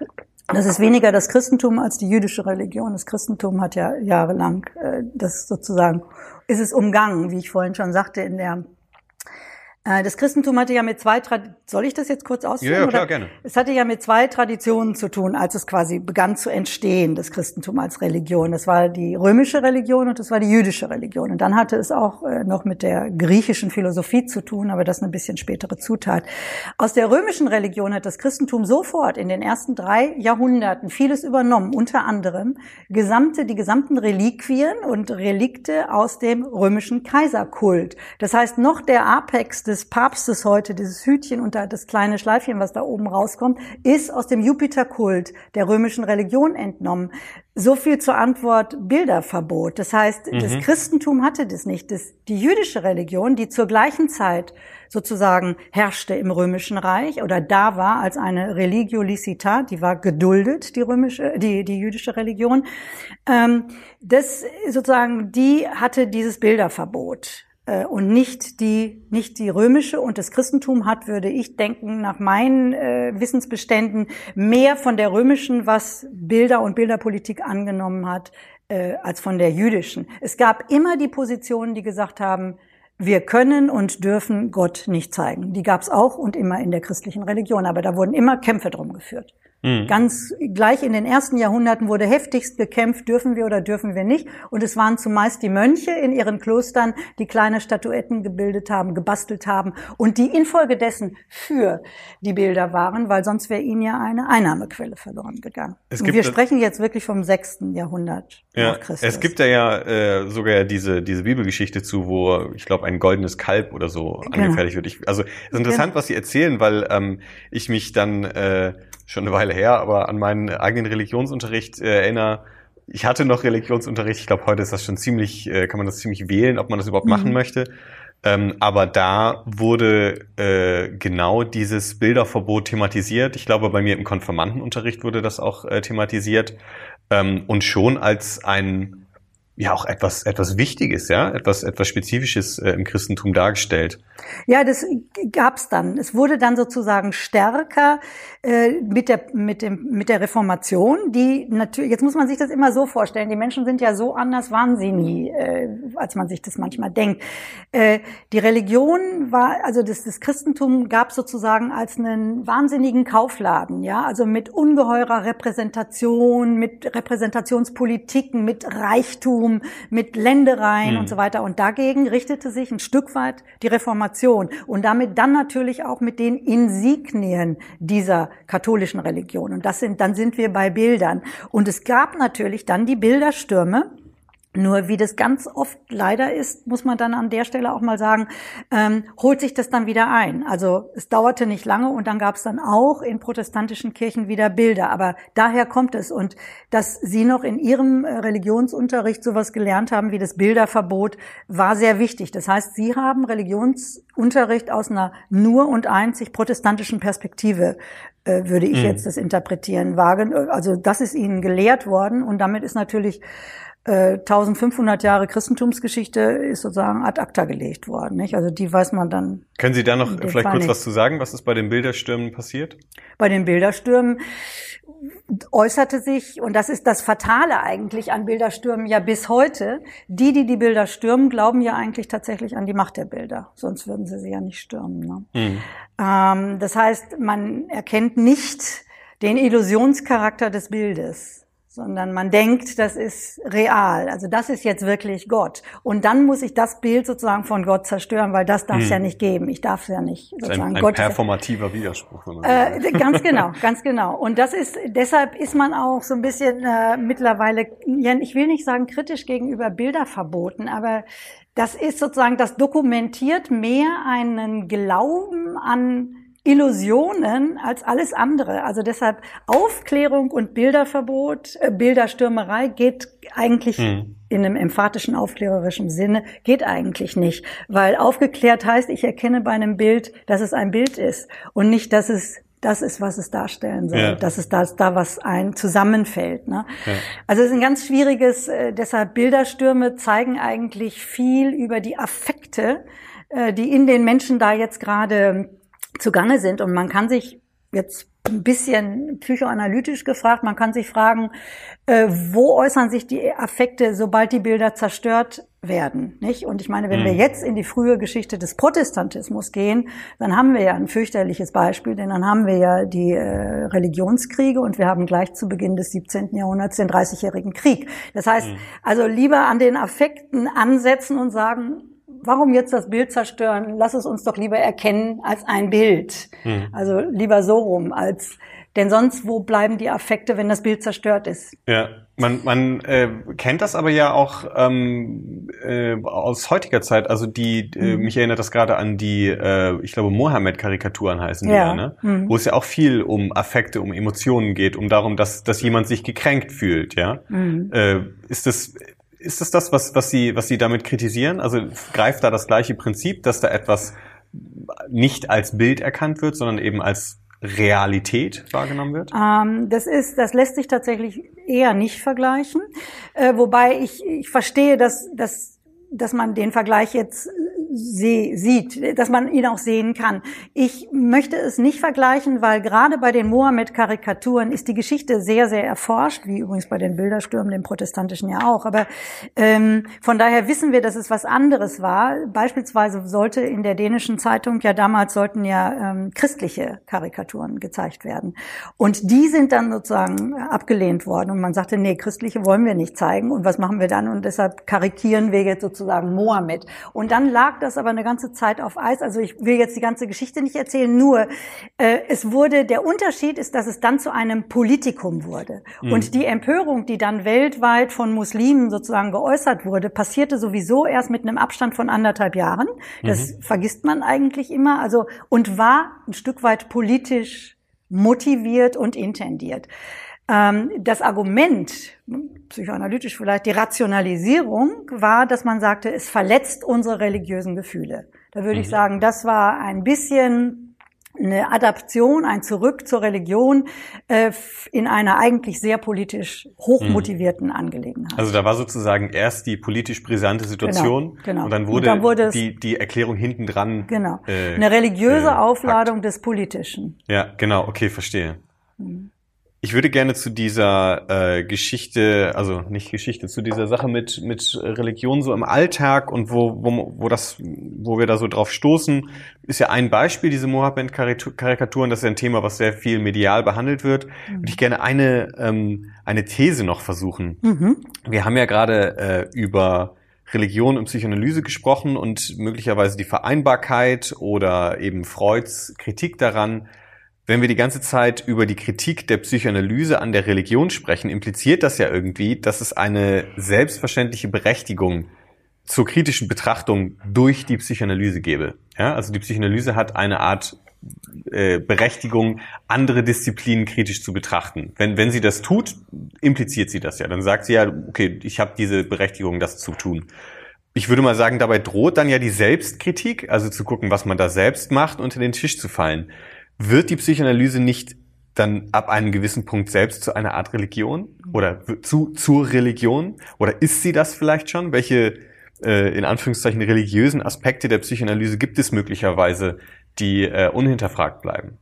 Das ist weniger das Christentum als die jüdische Religion. Das Christentum hat ja jahrelang, äh, das sozusagen, ist es umgangen, wie ich vorhin schon sagte, in der Das Christentum hatte ja mit zwei Traditionen, soll ich das jetzt kurz ausführen? Ja, ja, klar, oder? gerne. Es hatte ja mit zwei Traditionen zu tun, als es quasi begann zu entstehen, das Christentum als Religion. Das war die römische Religion und das war die jüdische Religion. Und dann hatte es auch noch mit der griechischen Philosophie zu tun, aber das ist eine bisschen spätere Zutat. Aus der römischen Religion hat das Christentum sofort in den ersten drei Jahrhunderten vieles übernommen, unter anderem gesamte, die gesamten Reliquien und Relikte aus dem römischen Kaiserkult. Das heißt, noch der Apex des Papstes heute, dieses Hütchen und das kleine Schleifchen, was da oben rauskommt, ist aus dem Jupiterkult der römischen Religion entnommen. So viel zur Antwort Bilderverbot. Das heißt, mhm. das Christentum hatte das nicht. Das, die jüdische Religion, die zur gleichen Zeit sozusagen herrschte im Römischen Reich oder da war als eine Religio licita, die war geduldet, die römische, die, die jüdische Religion, ähm, das sozusagen, die hatte dieses Bilderverbot. Und nicht die, nicht die römische. Und das Christentum hat, würde ich denken, nach meinen äh, Wissensbeständen mehr von der römischen, was Bilder und Bilderpolitik angenommen hat, äh, als von der jüdischen. Es gab immer die Positionen, die gesagt haben, wir können und dürfen Gott nicht zeigen. Die gab es auch und immer in der christlichen Religion. Aber da wurden immer Kämpfe drum geführt. Mhm. Ganz gleich in den ersten Jahrhunderten wurde heftigst gekämpft, dürfen wir oder dürfen wir nicht. Und es waren zumeist die Mönche in ihren Klostern, die kleine Statuetten gebildet haben, gebastelt haben und die infolgedessen für die Bilder waren, weil sonst wäre ihnen ja eine Einnahmequelle verloren gegangen. Es gibt und wir sprechen jetzt wirklich vom sechsten Jahrhundert ja, nach Christus. Es gibt da ja äh, sogar diese diese Bibelgeschichte zu, wo ich glaube ein goldenes Kalb oder so genau. angefertigt wird. Ich, also es ist interessant, genau. was Sie erzählen, weil ähm, ich mich dann äh, schon eine Weile her, aber an meinen eigenen Religionsunterricht äh, erinnere. Ich hatte noch Religionsunterricht. Ich glaube, heute ist das schon ziemlich, äh, kann man das ziemlich wählen, ob man das überhaupt mhm. machen möchte. Ähm, aber da wurde äh, genau dieses Bilderverbot thematisiert. Ich glaube, bei mir im Konfirmandenunterricht wurde das auch äh, thematisiert ähm, und schon als ein ja auch etwas etwas Wichtiges, ja, etwas etwas Spezifisches äh, im Christentum dargestellt. Ja, das gab's dann. Es wurde dann sozusagen stärker äh, mit der mit dem mit der Reformation, die natürlich, jetzt muss man sich das immer so vorstellen, die Menschen sind ja so anders, waren sie nie, äh, als man sich das manchmal denkt. Äh, die Religion war, also das, das Christentum gab sozusagen als einen wahnsinnigen Kaufladen, ja, also mit ungeheurer Repräsentation, mit Repräsentationspolitiken, mit Reichtum, mit Ländereien hm. und so weiter. Und dagegen richtete sich ein Stück weit die Reformation und damit dann natürlich auch mit den Insignien dieser katholischen Religion. Und das sind, dann sind wir bei Bildern. Und es gab natürlich dann die Bilderstürme. Nur wie das ganz oft leider ist, muss man dann an der Stelle auch mal sagen, ähm, holt sich das dann wieder ein. Also es dauerte nicht lange und dann gab es dann auch in protestantischen Kirchen wieder Bilder. Aber daher kommt es. Und dass Sie noch in Ihrem Religionsunterricht sowas gelernt haben wie das Bilderverbot, war sehr wichtig. Das heißt, Sie haben Religionsunterricht aus einer nur und einzig protestantischen Perspektive, äh, würde ich mhm. jetzt das interpretieren, wagen. Also das ist Ihnen gelehrt worden und damit ist natürlich eintausendfünfhundert Jahre Christentumsgeschichte ist sozusagen ad acta gelegt worden, nicht? Also die weiß man dann. Können Sie da noch vielleicht Fall kurz nicht. was zu sagen, was ist bei den Bilderstürmen passiert? Bei den Bilderstürmen äußerte sich, und das ist das Fatale eigentlich an Bilderstürmen ja bis heute, die, die die Bilder stürmen, glauben ja eigentlich tatsächlich an die Macht der Bilder, sonst würden sie sie ja nicht stürmen. Ne? Mhm. Ähm, das heißt, man erkennt nicht den Illusionscharakter des Bildes, sondern man denkt, das ist real. Also das ist jetzt wirklich Gott. Und dann muss ich das Bild sozusagen von Gott zerstören, weil das darf es hm. ja nicht geben. Ich darf es ja nicht sozusagen. Ein, ein Gott performativer ja, Widerspruch. Wenn man äh, ganz genau, ganz genau. Und das ist, deshalb ist man auch so ein bisschen äh, mittlerweile, ja, ich will nicht sagen kritisch gegenüber Bilderverboten, aber das ist sozusagen, das dokumentiert mehr einen Glauben an Illusionen als alles andere. Also deshalb Aufklärung und Bilderverbot, äh, Bilderstürmerei geht eigentlich hm. in einem emphatischen, aufklärerischen Sinne, geht eigentlich nicht. Weil aufgeklärt heißt, ich erkenne bei einem Bild, dass es ein Bild ist und nicht, dass es das ist, was es darstellen soll, ja. dass es da, da was ein zusammenfällt. Ne? Ja. Also es ist ein ganz schwieriges, äh, deshalb Bilderstürme zeigen eigentlich viel über die Affekte, äh, die in den Menschen da jetzt gerade zugange sind. Und man kann sich jetzt ein bisschen psychoanalytisch gefragt. Man kann sich fragen, äh, wo äußern sich die Affekte, sobald die Bilder zerstört werden, nicht? Und ich meine, wenn mhm. wir jetzt in die frühe Geschichte des Protestantismus gehen, dann haben wir ja ein fürchterliches Beispiel, denn dann haben wir ja die äh, Religionskriege und wir haben gleich zu Beginn des siebzehnten Jahrhunderts den Dreißigjährigen Krieg. Das heißt, mhm. also lieber an den Affekten ansetzen und sagen, warum jetzt das Bild zerstören? Lass es uns doch lieber erkennen als ein Bild. Mhm. Also lieber so rum als, denn sonst, wo bleiben die Affekte, wenn das Bild zerstört ist? Ja, man, man äh, kennt das aber ja auch ähm, äh, aus heutiger Zeit. Also die, äh, mhm. mich erinnert das gerade an die, äh, ich glaube, Mohammed-Karikaturen heißen die ja, ja ne? Mhm. Wo es ja auch viel um Affekte, um Emotionen geht, um darum, dass, dass jemand sich gekränkt fühlt, ja. Mhm. Äh, ist das Ist das das, was, was Sie, was Sie damit kritisieren? Also greift da das gleiche Prinzip, dass da etwas nicht als Bild erkannt wird, sondern eben als Realität wahrgenommen wird? Ähm, das ist, das lässt sich tatsächlich eher nicht vergleichen. Äh, wobei ich, ich verstehe, dass, dass, dass man den Vergleich jetzt See, sieht, dass man ihn auch sehen kann. Ich möchte es nicht vergleichen, weil gerade bei den Mohammed-Karikaturen ist die Geschichte sehr, sehr erforscht, wie übrigens bei den Bilderstürmen, den protestantischen ja auch. Aber ähm, von daher wissen wir, dass es was anderes war. Beispielsweise sollte in der dänischen Zeitung ja damals sollten ja ähm, christliche Karikaturen gezeigt werden. Und die sind dann sozusagen abgelehnt worden. Und man sagte, nee, christliche wollen wir nicht zeigen. Und was machen wir dann? Und deshalb karikieren wir jetzt sozusagen Mohammed. Und dann lag das aber eine ganze Zeit auf Eis. Also ich will jetzt die ganze Geschichte nicht erzählen, nur äh, es wurde, der Unterschied ist, dass es dann zu einem Politikum wurde. Mhm. Und die Empörung, die dann weltweit von Muslimen sozusagen geäußert wurde, passierte sowieso erst mit einem Abstand von anderthalb Jahren. Das mhm. vergisst man eigentlich immer. Also und war ein Stück weit politisch motiviert und intendiert. Das Argument, psychoanalytisch vielleicht, die Rationalisierung war, dass man sagte, es verletzt unsere religiösen Gefühle. Da würde mhm. ich sagen, das war ein bisschen eine Adaption, ein Zurück zur Religion äh, in einer eigentlich sehr politisch hochmotivierten mhm. Angelegenheit. Also da war sozusagen erst die politisch brisante Situation genau, genau. und dann wurde, und dann wurde die, die Erklärung hinten dran. Genau, äh, eine religiöse äh, Aufladung Fakt. des Politischen. Ja, genau, okay, verstehe. Mhm. Ich würde gerne zu dieser äh, Geschichte, also nicht Geschichte, zu dieser Sache mit mit Religion so im Alltag und wo wo wo das, wo wir da so drauf stoßen, ist ja ein Beispiel diese Mohammed-Karikaturen. Das ist ja ein Thema, was sehr viel medial behandelt wird. Mhm. Würde ich gerne eine ähm, eine These noch versuchen. Mhm. Wir haben ja gerade äh, über Religion und Psychoanalyse gesprochen und möglicherweise die Vereinbarkeit oder eben Freuds Kritik daran. Wenn wir die ganze Zeit über die Kritik der Psychoanalyse an der Religion sprechen, impliziert das ja irgendwie, dass es eine selbstverständliche Berechtigung zur kritischen Betrachtung durch die Psychoanalyse gäbe. Ja, also die Psychoanalyse hat eine Art äh, Berechtigung, andere Disziplinen kritisch zu betrachten. Wenn wenn sie das tut, impliziert sie das ja. Dann sagt sie ja, okay, ich habe diese Berechtigung, das zu tun. Ich würde mal sagen, dabei droht dann ja die Selbstkritik, also zu gucken, was man da selbst macht, unter den Tisch zu fallen. Wird die Psychoanalyse nicht dann ab einem gewissen Punkt selbst zu einer Art Religion oder zu zur Religion? Oder ist sie das vielleicht schon? Welche äh, in Anführungszeichen religiösen Aspekte der Psychoanalyse gibt es möglicherweise, die äh, unhinterfragt bleiben?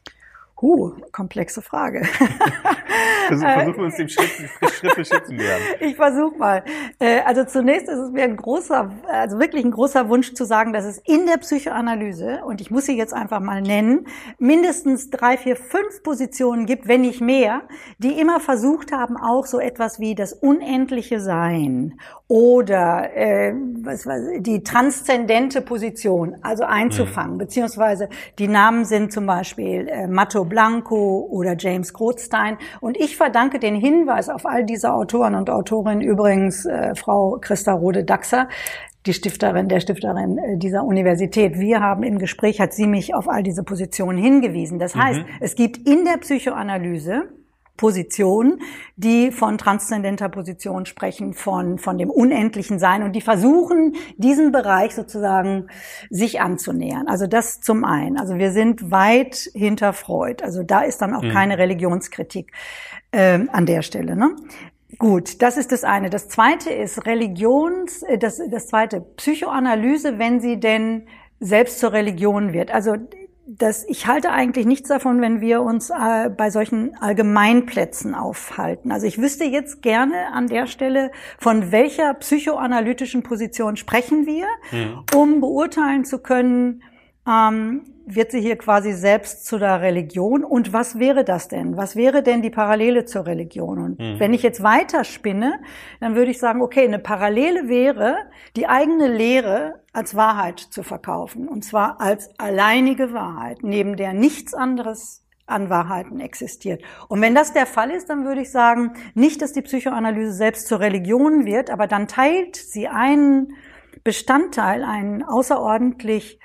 Huh, komplexe Frage. Versuchen wir uns dem Schritt, Schritt für Schritt zu nähern. Ich versuche mal. Also zunächst ist es mir ein großer, also wirklich ein großer Wunsch zu sagen, dass es in der Psychoanalyse, und ich muss sie jetzt einfach mal nennen, mindestens drei, vier, fünf Positionen gibt, wenn nicht mehr, die immer versucht haben, auch so etwas wie das unendliche Sein oder äh, was weiß ich, die transzendente Position, also einzufangen, mhm. beziehungsweise die Namen sind zum Beispiel äh, Matto Blanco oder James Grothstein. Und ich verdanke den Hinweis auf all diese Autoren und Autorinnen übrigens äh, Frau Christa Rode-Daxer, die Stifterin, der Stifterin äh, dieser Universität. Wir haben im Gespräch, hat sie mich auf all diese Positionen hingewiesen. Das heißt, mhm. es gibt in der Psychoanalyse Positionen, die von transzendenter Position sprechen, von von dem unendlichen Sein und die versuchen, diesen Bereich sozusagen sich anzunähern. Also das zum einen. Also wir sind weit hinter Freud. Also da ist dann auch mhm. keine Religionskritik äh, an der Stelle, ne? Gut, das ist das eine. Das zweite ist Religions, das das zweite Psychoanalyse, wenn sie denn selbst zur Religion wird. Also dass ich halte eigentlich nichts davon, wenn wir uns äh, bei solchen Allgemeinplätzen aufhalten. Also ich wüsste jetzt gerne an der Stelle, von welcher psychoanalytischen Position sprechen wir, mhm. um beurteilen zu können, ähm, wird sie hier quasi selbst zu der Religion, und was wäre das denn? Was wäre denn die Parallele zur Religion? Und mhm. wenn ich jetzt weiterspinne, dann würde ich sagen, okay, eine Parallele wäre, die eigene Lehre als Wahrheit zu verkaufen, und zwar als alleinige Wahrheit, neben der nichts anderes an Wahrheiten existiert. Und wenn das der Fall ist, dann würde ich sagen, nicht, dass die Psychoanalyse selbst zur Religion wird, aber dann teilt sie einen Bestandteil, einen außerordentlich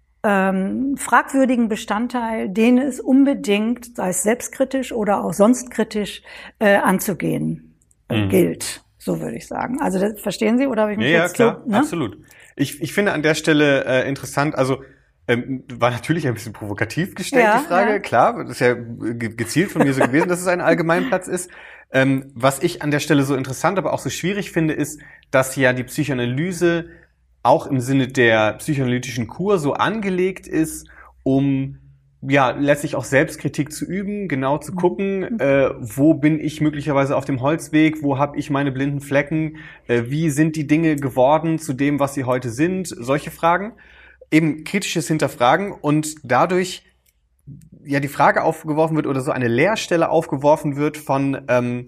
Ähm, fragwürdigen Bestandteil, den es unbedingt, sei es selbstkritisch oder auch sonst kritisch, äh, anzugehen äh, mhm. gilt, so würde ich sagen. Also das, verstehen Sie, oder habe ich mich ja, jetzt ja, klar, so, ne? Absolut. Ich, ich finde an der Stelle äh, interessant, also ähm, war natürlich ein bisschen provokativ gestellt, ja, die Frage, ja. klar, das ist ja ge- gezielt von mir so gewesen, dass es ein Allgemeinplatz ist. Ähm, was ich an der Stelle so interessant, aber auch so schwierig finde, ist, dass ja die Psychoanalyse auch im Sinne der psychoanalytischen Kur so angelegt ist, um ja letztlich auch Selbstkritik zu üben, genau zu gucken, äh, wo bin ich möglicherweise auf dem Holzweg, wo habe ich meine blinden Flecken, äh, wie sind die Dinge geworden zu dem, was sie heute sind, solche Fragen. Eben kritisches Hinterfragen, und dadurch ja die Frage aufgeworfen wird oder so eine Leerstelle aufgeworfen wird von ähm,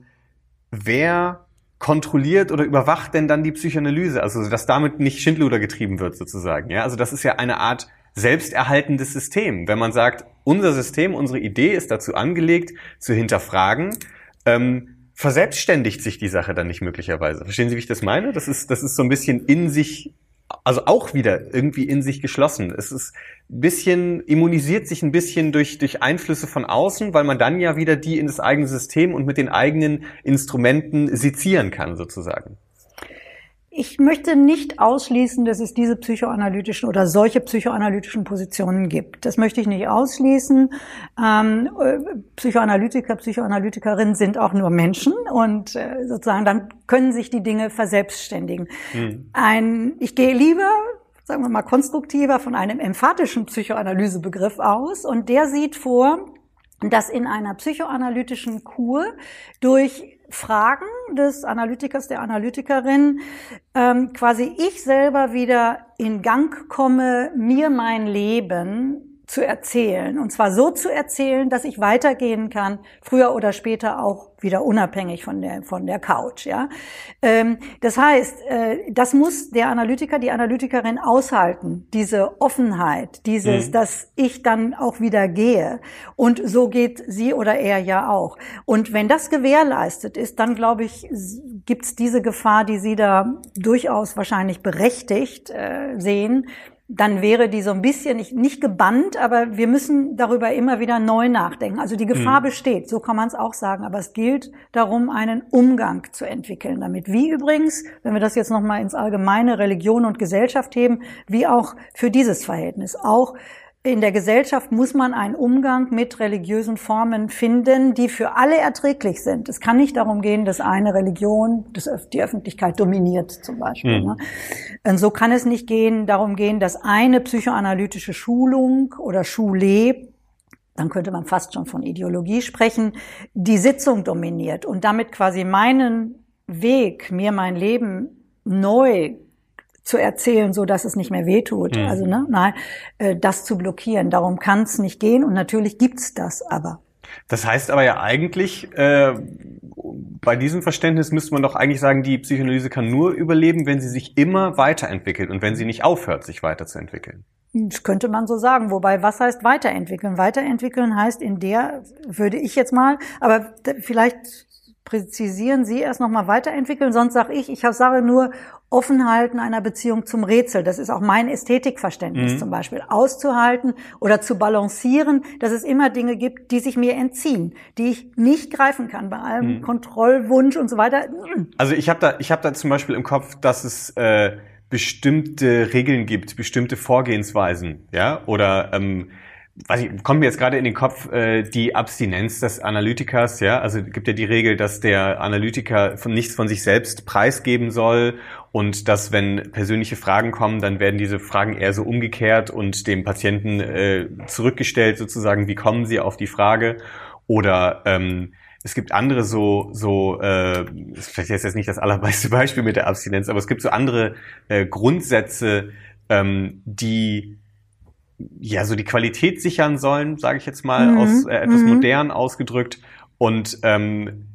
wer kontrolliert oder überwacht denn dann die Psychoanalyse? Also, dass damit nicht Schindluder getrieben wird, sozusagen. Ja, also das ist ja eine Art selbsterhaltendes System. Wenn man sagt, unser System, unsere Idee ist dazu angelegt, zu hinterfragen, ähm, verselbstständigt sich die Sache dann nicht möglicherweise. Verstehen Sie, wie ich das meine? Das ist, das ist so ein bisschen in sich, also auch wieder irgendwie in sich geschlossen. Es ist ein bisschen, immunisiert sich ein bisschen durch, durch Einflüsse von außen, weil man dann ja wieder die in das eigene System und mit den eigenen Instrumenten sezieren kann, sozusagen. Ich möchte nicht ausschließen, dass es diese psychoanalytischen oder solche psychoanalytischen Positionen gibt. Das möchte ich nicht ausschließen. Ähm, Psychoanalytiker, Psychoanalytikerinnen sind auch nur Menschen, und äh, sozusagen dann können sich die Dinge verselbstständigen. Mhm. Ein, ich gehe lieber, sagen wir mal, konstruktiver von einem emphatischen Psychoanalysebegriff aus, und der sieht vor, dass in einer psychoanalytischen Kur durch Fragen des Analytikers, der Analytikerin, ähm, quasi ich selber wieder in Gang komme, mir mein Leben zu erzählen. Und zwar so zu erzählen, dass ich weitergehen kann, früher oder später auch wieder unabhängig von der, von der Couch, ja. Ähm, das heißt, äh, das muss der Analytiker, die Analytikerin aushalten, diese Offenheit, dieses, mhm. dass ich dann auch wieder gehe. Und so geht sie oder er ja auch. Und wenn das gewährleistet ist, dann glaube ich, gibt's diese Gefahr, die Sie da durchaus wahrscheinlich berechtigt äh, sehen. Dann wäre die so ein bisschen nicht, nicht gebannt, aber wir müssen darüber immer wieder neu nachdenken. Also die Gefahr mhm. besteht, so kann man es auch sagen. Aber es gilt darum, einen Umgang zu entwickeln damit. Wie übrigens, wenn wir das jetzt nochmal ins allgemeine Religion und Gesellschaft heben, wie auch für dieses Verhältnis. Auch in der Gesellschaft muss man einen Umgang mit religiösen Formen finden, die für alle erträglich sind. Es kann nicht darum gehen, dass eine Religion das, die Öffentlichkeit dominiert, zum Beispiel. Mhm. Ne? Und so kann es nicht gehen, darum gehen, dass eine psychoanalytische Schulung oder Schule, dann könnte man fast schon von Ideologie sprechen, die Sitzung dominiert und damit quasi meinen Weg, mir mein Leben neu zu erzählen, so dass es nicht mehr wehtut. Mhm. Also ne, nein, äh, das zu blockieren. Darum kann es nicht gehen. Und natürlich gibt's das aber. Das heißt aber ja eigentlich, äh, bei diesem Verständnis müsste man doch eigentlich sagen, die Psychoanalyse kann nur überleben, wenn sie sich immer weiterentwickelt und wenn sie nicht aufhört, sich weiterzuentwickeln. Das könnte man so sagen. Wobei, was heißt weiterentwickeln? Weiterentwickeln heißt in der, würde ich jetzt mal, aber vielleicht präzisieren Sie erst nochmal weiterentwickeln, sonst sage ich, ich sage nur Offenhalten einer Beziehung zum Rätsel. Das ist auch mein Ästhetikverständnis mhm. zum Beispiel. Auszuhalten oder zu balancieren, dass es immer Dinge gibt, die sich mir entziehen, die ich nicht greifen kann, bei allem mhm. Kontrollwunsch und so weiter. Also ich habe da, ich habe da zum Beispiel im Kopf, dass es äh, bestimmte Regeln gibt, bestimmte Vorgehensweisen, ja, oder ähm, weiß ich, kommt mir jetzt gerade in den Kopf, äh, die Abstinenz des Analytikers, ja, also gibt ja die Regel, dass der Analytiker von nichts von sich selbst preisgeben soll und dass, wenn persönliche Fragen kommen, dann werden diese Fragen eher so umgekehrt und dem Patienten äh, zurückgestellt sozusagen, wie kommen sie auf die Frage, oder ähm, es gibt andere so, so äh, vielleicht ist jetzt nicht das allerbeste Beispiel mit der Abstinenz, aber es gibt so andere äh, Grundsätze, ähm, die ja so die Qualität sichern sollen, sage ich jetzt mal, mhm. aus äh, etwas mhm. modern ausgedrückt, und ähm,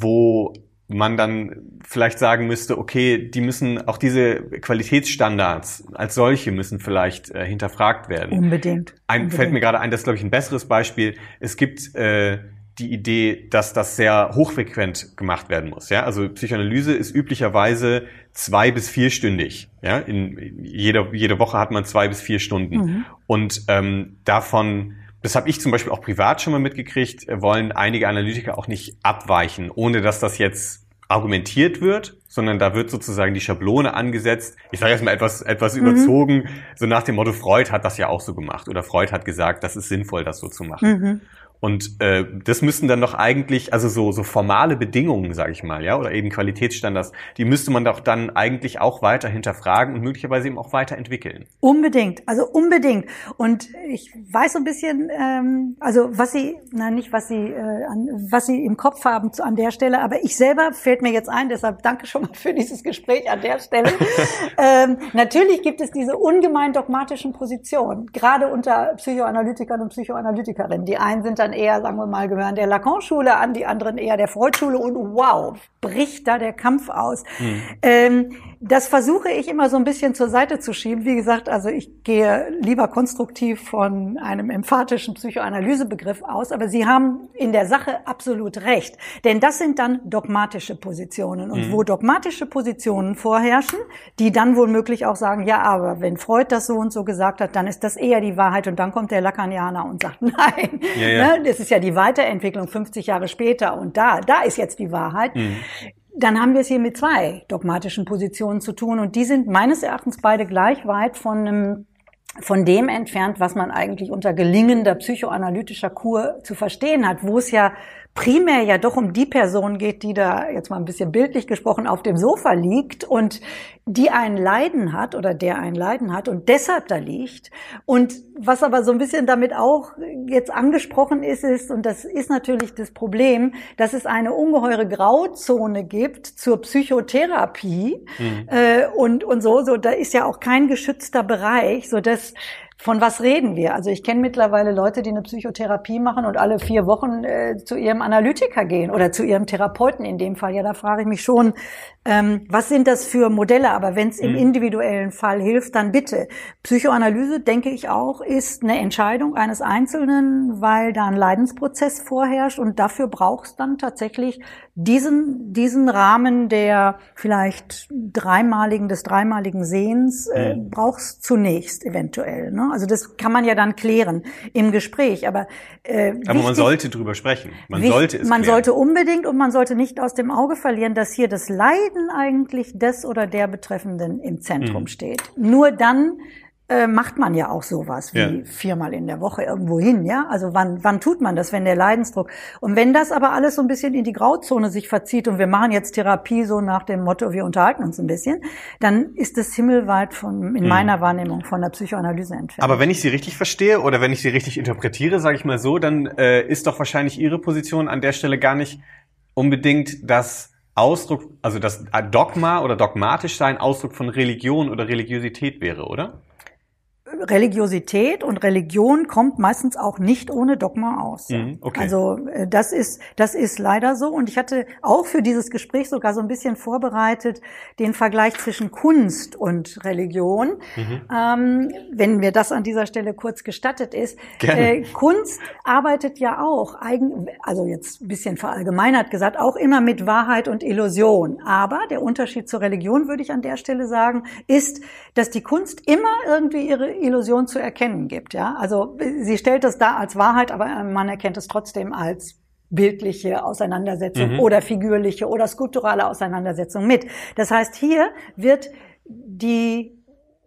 wo man dann vielleicht sagen müsste, okay, die müssen, auch diese Qualitätsstandards als solche müssen vielleicht äh, hinterfragt werden. Unbedingt. Ein, Unbedingt. Fällt mir gerade ein, das ist, glaube ich, ein besseres Beispiel. Es gibt äh, die Idee, dass das sehr hochfrequent gemacht werden muss. Ja, also Psychoanalyse ist üblicherweise zwei- bis vierstündig. Ja, in jeder jede Woche hat man zwei bis vier Stunden. Mhm. Und ähm, davon, das habe ich zum Beispiel auch privat schon mal mitgekriegt, wollen einige Analytiker auch nicht abweichen, ohne dass das jetzt argumentiert wird, sondern da wird sozusagen die Schablone angesetzt. Ich sage jetzt mal etwas etwas mhm. überzogen, so nach dem Motto, Freud hat das ja auch so gemacht oder Freud hat gesagt, das ist sinnvoll, das so zu machen. Mhm. Und äh, das müssen dann doch eigentlich, also so so formale Bedingungen, sage ich mal, ja, oder eben Qualitätsstandards, die müsste man doch dann eigentlich auch weiter hinterfragen und möglicherweise eben auch weiterentwickeln. Unbedingt, also unbedingt. Und ich weiß so ein bisschen, ähm, also was Sie, na nicht was Sie, äh, an, was Sie im Kopf haben zu, an der Stelle, aber ich selber fällt mir jetzt ein, deshalb danke schon mal für dieses Gespräch an der Stelle. ähm, natürlich gibt es diese ungemein dogmatischen Positionen, gerade unter Psychoanalytikern und Psychoanalytikerinnen. Die einen sind dann eher, sagen wir mal, gehören der Lacan-Schule an, die anderen eher der Freud-Schule, und wow, bricht da der Kampf aus. Mhm. Ähm, das versuche ich immer so ein bisschen zur Seite zu schieben. Wie gesagt, also ich gehe lieber konstruktiv von einem emphatischen Psychoanalysebegriff aus, aber Sie haben in der Sache absolut recht. Denn das sind dann dogmatische Positionen. Und mhm. wo dogmatische Positionen vorherrschen, die dann womöglich auch sagen, ja, aber wenn Freud das so und so gesagt hat, dann ist das eher die Wahrheit. Und dann kommt der Lacanianer und sagt, nein, ja, ja. Ne, das ist ja die Weiterentwicklung fünfzig Jahre später und da, da ist jetzt die Wahrheit. Mhm. Dann haben wir es hier mit zwei dogmatischen Positionen zu tun, und die sind meines Erachtens beide gleich weit von einem, von dem entfernt, was man eigentlich unter gelingender psychoanalytischer Kur zu verstehen hat, wo es ja primär ja doch um die Person geht, die da, jetzt mal ein bisschen bildlich gesprochen, auf dem Sofa liegt und die ein Leiden hat oder der ein Leiden hat und deshalb da liegt. Und was aber so ein bisschen damit auch jetzt angesprochen ist, ist, und das ist natürlich das Problem, dass es eine ungeheure Grauzone gibt zur Psychotherapie, mhm. äh, und, und so, so, da ist ja auch kein geschützter Bereich, so dass, von was reden wir? Also ich kenne mittlerweile Leute, die eine Psychotherapie machen und alle vier Wochen äh, zu ihrem Analytiker gehen oder zu ihrem Therapeuten in dem Fall. Ja, da frage ich mich schon, ähm, was sind das für Modelle? Aber wenn es im individuellen Fall hilft, dann bitte. Psychoanalyse, denke ich auch, ist eine Entscheidung eines Einzelnen, weil da ein Leidensprozess vorherrscht, und dafür braucht es dann tatsächlich diesen diesen Rahmen der vielleicht dreimaligen, des dreimaligen Sehens, äh, mhm. braucht es zunächst eventuell, ne? Also das kann man ja dann klären im Gespräch, aber äh, aber wichtig, man sollte drüber sprechen. Man wichtig, sollte es Man klären. sollte unbedingt, und man sollte nicht aus dem Auge verlieren, dass hier das Leiden eigentlich des oder der Betreffenden im Zentrum mhm. steht. Nur dann äh, macht man ja auch sowas wie ja. viermal in der Woche irgendwo hin, ja? Also wann wann tut man das, wenn der Leidensdruck? Und wenn das aber alles so ein bisschen in die Grauzone sich verzieht und wir machen jetzt Therapie so nach dem Motto, wir unterhalten uns ein bisschen, dann ist das himmelweit von, in hm. meiner Wahrnehmung, von der Psychoanalyse entfernt. Aber wenn ich Sie richtig verstehe oder wenn ich Sie richtig interpretiere, sage ich mal so, dann äh, ist doch wahrscheinlich Ihre Position an der Stelle gar nicht unbedingt das Ausdruck, also das Dogma oder dogmatisch sein Ausdruck von Religion oder Religiosität wäre, oder? Religiosität und Religion kommt meistens auch nicht ohne Dogma aus. Mhm, okay. Also das ist das ist leider so. Und ich hatte auch für dieses Gespräch sogar so ein bisschen vorbereitet den Vergleich zwischen Kunst und Religion. Mhm. Ähm, wenn mir das an dieser Stelle kurz gestattet ist. Äh, Kunst arbeitet ja auch, eigen, also jetzt ein bisschen verallgemeinert gesagt, auch immer mit Wahrheit und Illusion. Aber der Unterschied zur Religion, würde ich an der Stelle sagen, ist, dass die Kunst immer irgendwie ihre Illusion zu erkennen gibt, ja. Also sie stellt das dar als Wahrheit, aber man erkennt es trotzdem als bildliche Auseinandersetzung mhm. oder figürliche oder skulpturale Auseinandersetzung mit. Das heißt, hier wird die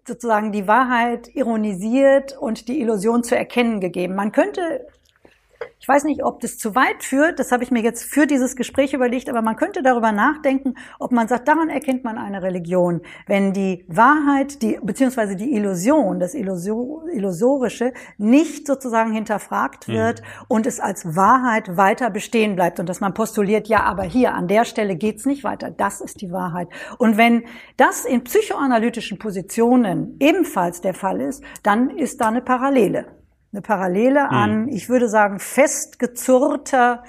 sozusagen die Wahrheit ironisiert und die Illusion zu erkennen gegeben. Man könnte, ich weiß nicht, ob das zu weit führt, das habe ich mir jetzt für dieses Gespräch überlegt, aber man könnte darüber nachdenken, ob man sagt, daran erkennt man eine Religion, wenn die Wahrheit, die beziehungsweise die Illusion, das Illusorische nicht sozusagen hinterfragt wird mhm. und es als Wahrheit weiter bestehen bleibt und dass man postuliert, ja, aber hier an der Stelle geht's nicht weiter, das ist die Wahrheit. Und wenn das in psychoanalytischen Positionen ebenfalls der Fall ist, dann ist da eine Parallele. Eine Parallele an, ich würde sagen, festgezurrter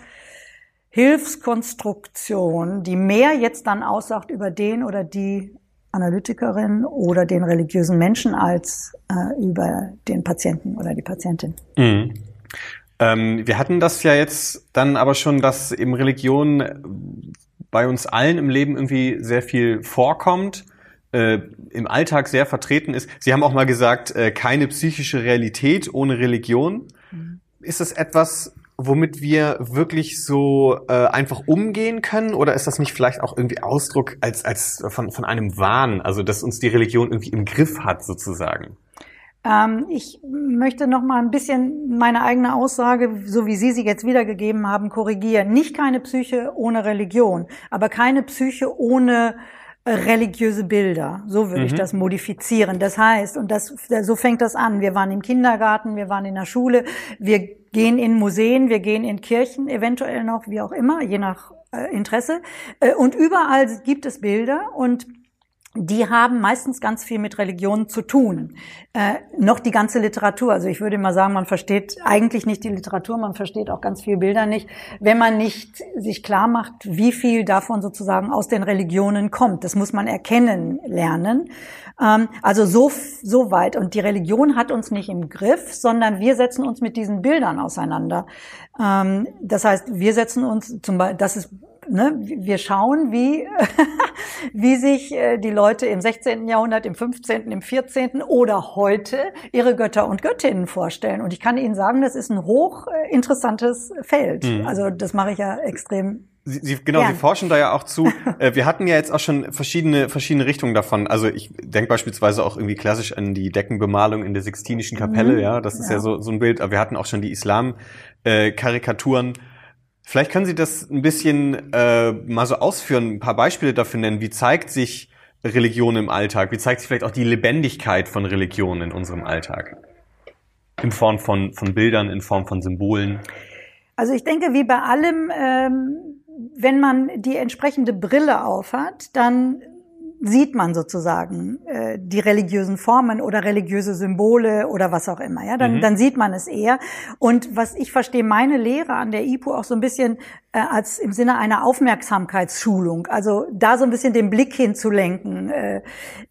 Hilfskonstruktion, die mehr jetzt dann aussagt über den oder die Analytikerin oder den religiösen Menschen als äh, über den Patienten oder die Patientin. Mhm. Ähm, wir hatten das ja jetzt dann aber schon, dass eben Religion bei uns allen im Leben irgendwie sehr viel vorkommt. Äh, im Alltag sehr vertreten ist. Sie haben auch mal gesagt, äh, keine psychische Realität ohne Religion. Mhm. Ist das etwas, womit wir wirklich so äh, einfach umgehen können? Oder ist das nicht vielleicht auch irgendwie Ausdruck als als von von einem Wahn, also dass uns die Religion irgendwie im Griff hat sozusagen? Ähm, ich möchte noch mal ein bisschen meine eigene Aussage, so wie Sie sie jetzt wiedergegeben haben, korrigieren. Nicht keine Psyche ohne Religion, aber keine Psyche ohne religiöse Bilder, so würde mhm. ich das modifizieren. Das heißt, und das, so fängt das an, wir waren im Kindergarten, wir waren in der Schule, wir gehen in Museen, wir gehen in Kirchen, eventuell noch, wie auch immer, je nach äh, Interesse. Äh, und überall gibt es Bilder und die haben meistens ganz viel mit Religion zu tun. Äh, noch die ganze Literatur. Also ich würde mal sagen, man versteht eigentlich nicht die Literatur, man versteht auch ganz viele Bilder nicht, wenn man nicht sich klar macht, wie viel davon sozusagen aus den Religionen kommt. Das muss man erkennen lernen. Ähm, also so, so weit. Und die Religion hat uns nicht im Griff, sondern wir setzen uns mit diesen Bildern auseinander. Ähm, das heißt, wir setzen uns zum Beispiel, das ist Ne, wir schauen, wie, wie sich die Leute im sechzehnten Jahrhundert, im fünfzehnten, im vierzehnten oder heute ihre Götter und Göttinnen vorstellen. Und ich kann Ihnen sagen, das ist ein hochinteressantes Feld. Mhm. Also das mache ich ja extrem Sie, Sie, genau, gern. Sie forschen da ja auch zu. Wir hatten ja jetzt auch schon verschiedene verschiedene Richtungen davon. Also ich denke beispielsweise auch irgendwie klassisch an die Deckenbemalung in der Sixtinischen Kapelle. Mhm. Ja, das ist ja, ja so, so ein Bild. Aber wir hatten auch schon die Islam-Karikaturen. Vielleicht können Sie das ein bisschen äh, mal so ausführen, ein paar Beispiele dafür nennen. Wie zeigt sich Religion im Alltag? Wie zeigt sich vielleicht auch die Lebendigkeit von Religion in unserem Alltag? In Form von von Bildern, in Form von Symbolen? Also ich denke, wie bei allem, ähm, wenn man die entsprechende Brille aufhat, dann sieht man sozusagen äh, die religiösen Formen oder religiöse Symbole oder was auch immer. Ja, dann, mhm. dann sieht man es eher. Und was ich verstehe, meine Lehre an der I P U auch so ein bisschen äh, als im Sinne einer Aufmerksamkeitsschulung. Also da so ein bisschen den Blick hinzulenken. Äh,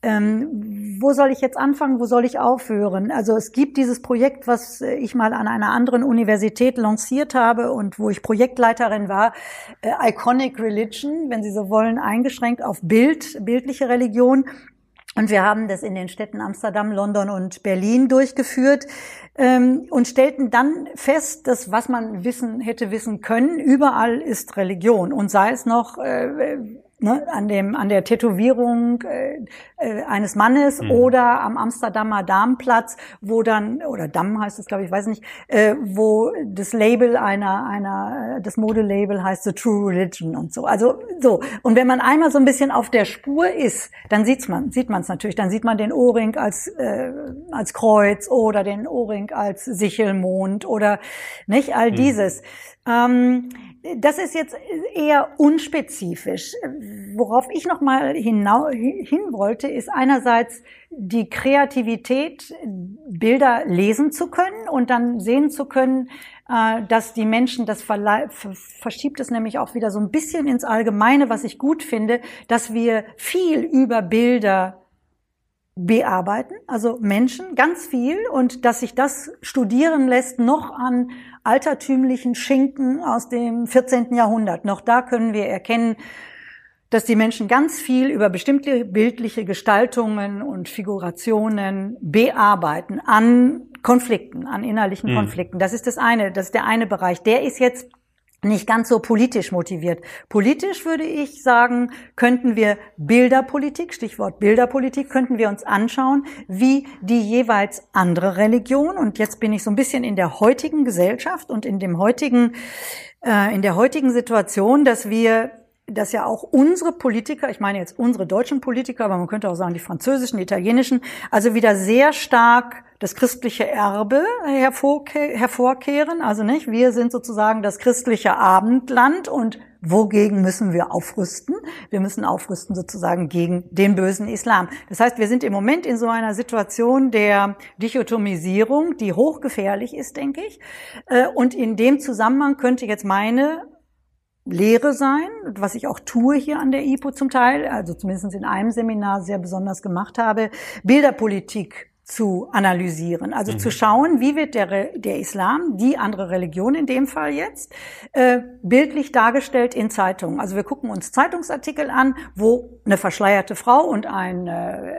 ähm, wo soll ich jetzt anfangen? Wo soll ich aufhören? Also es gibt dieses Projekt, was ich mal an einer anderen Universität lanciert habe und wo ich Projektleiterin war, äh, Iconic Religion, wenn Sie so wollen, eingeschränkt auf Bild, bildliche Religion. Und wir haben das in den Städten Amsterdam, London und Berlin durchgeführt ähm, und stellten dann fest, dass was man wissen hätte wissen können, überall ist Religion. Und sei es noch äh, ne, an dem an der Tätowierung äh, äh, eines Mannes mhm. oder am Amsterdamer Damplatz, wo dann, oder Damm heißt es, glaube ich, weiß nicht, äh, wo das Label einer, einer, das Modelabel heißt The True Religion und so. Also so. Und wenn man einmal so ein bisschen auf der Spur ist, dann sieht's man, sieht man es natürlich. Dann sieht man den Ohrring als äh, als Kreuz oder den Ohrring als Sichelmond oder nicht all dieses. Mhm. Ähm, Das ist jetzt eher unspezifisch. Worauf ich noch mal hinau- hin wollte, ist einerseits die Kreativität, Bilder lesen zu können und dann sehen zu können, dass die Menschen, das verle- verschiebt es nämlich auch wieder so ein bisschen ins Allgemeine, was ich gut finde, dass wir viel über Bilder bearbeiten, also Menschen, ganz viel, und dass sich das studieren lässt noch an altertümlichen Schinken aus dem vierzehnten Jahrhundert. Noch da können wir erkennen, dass die Menschen ganz viel über bestimmte bildliche Gestaltungen und Figurationen bearbeiten an Konflikten, an innerlichen mhm. Konflikten. Das ist das eine, das ist der eine Bereich. Der ist jetzt nicht ganz so politisch motiviert. Politisch würde ich sagen, könnten wir Bilderpolitik, Stichwort Bilderpolitik, könnten wir uns anschauen, wie die jeweils andere Religion, und jetzt bin ich so ein bisschen in der heutigen Gesellschaft und in dem heutigen, äh, in der heutigen Situation, dass wir dass ja auch unsere Politiker, ich meine jetzt unsere deutschen Politiker, aber man könnte auch sagen die französischen, die italienischen, also wieder sehr stark das christliche Erbe hervorkehren. Also nicht, wir sind sozusagen das christliche Abendland und wogegen müssen wir aufrüsten? Wir müssen aufrüsten sozusagen gegen den bösen Islam. Das heißt, wir sind im Moment in so einer Situation der Dichotomisierung, die hochgefährlich ist, denke ich. Und in dem Zusammenhang könnte jetzt meine Lehre sein, was ich auch tue hier an der I P O zum Teil, also zumindest in einem Seminar sehr besonders gemacht habe, Bilderpolitik zu analysieren. Also mhm. zu schauen, wie wird der, der Islam, die andere Religion in dem Fall jetzt, äh, bildlich dargestellt in Zeitungen. Also wir gucken uns Zeitungsartikel an, wo eine verschleierte Frau und ein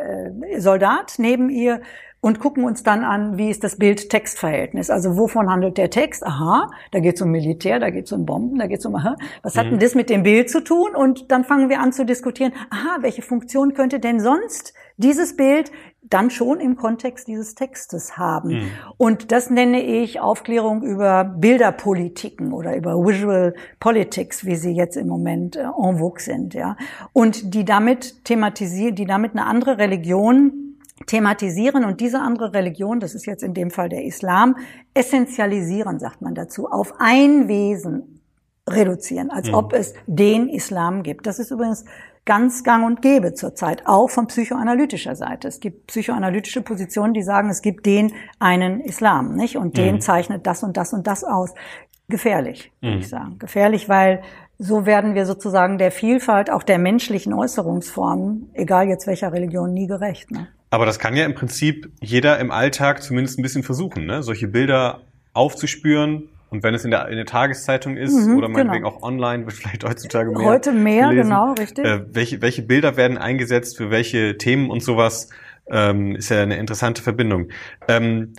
äh, Soldat neben ihr und gucken uns dann an, wie ist das Bild-Text-Verhältnis. Also wovon handelt der Text? Aha, da geht es um Militär, da geht es um Bomben, da geht es um, aha, was hat mhm. denn das mit dem Bild zu tun? Und dann fangen wir an zu diskutieren, aha, welche Funktion könnte denn sonst dieses Bild dann schon im Kontext dieses Textes haben? Mhm. Und das nenne ich Aufklärung über Bilderpolitiken oder über Visual Politics, wie sie jetzt im Moment äh, en vogue sind, ja. Und die damit thematisieren, die damit eine andere Religion thematisieren und diese andere Religion, das ist jetzt in dem Fall der Islam, essentialisieren, sagt man dazu, auf ein Wesen reduzieren, als mhm. ob es den Islam gibt. Das ist übrigens ganz gang und gäbe zurzeit, auch von psychoanalytischer Seite. Es gibt psychoanalytische Positionen, die sagen, es gibt den einen Islam, nicht? Und mhm. den zeichnet das und das und das aus. Gefährlich, mhm. würde ich sagen. Gefährlich, weil so werden wir sozusagen der Vielfalt auch der menschlichen Äußerungsformen, egal jetzt welcher Religion, nie gerecht, ne? Aber das kann ja im Prinzip jeder im Alltag zumindest ein bisschen versuchen, ne? Solche Bilder aufzuspüren. Und wenn es in der, in der Tageszeitung ist mhm, oder meinetwegen genau. auch online, wird vielleicht heutzutage mehr Heute mehr, gelesen. Genau, richtig. Äh, welche, welche Bilder werden eingesetzt für welche Themen und sowas, ähm, ist ja eine interessante Verbindung. Ähm,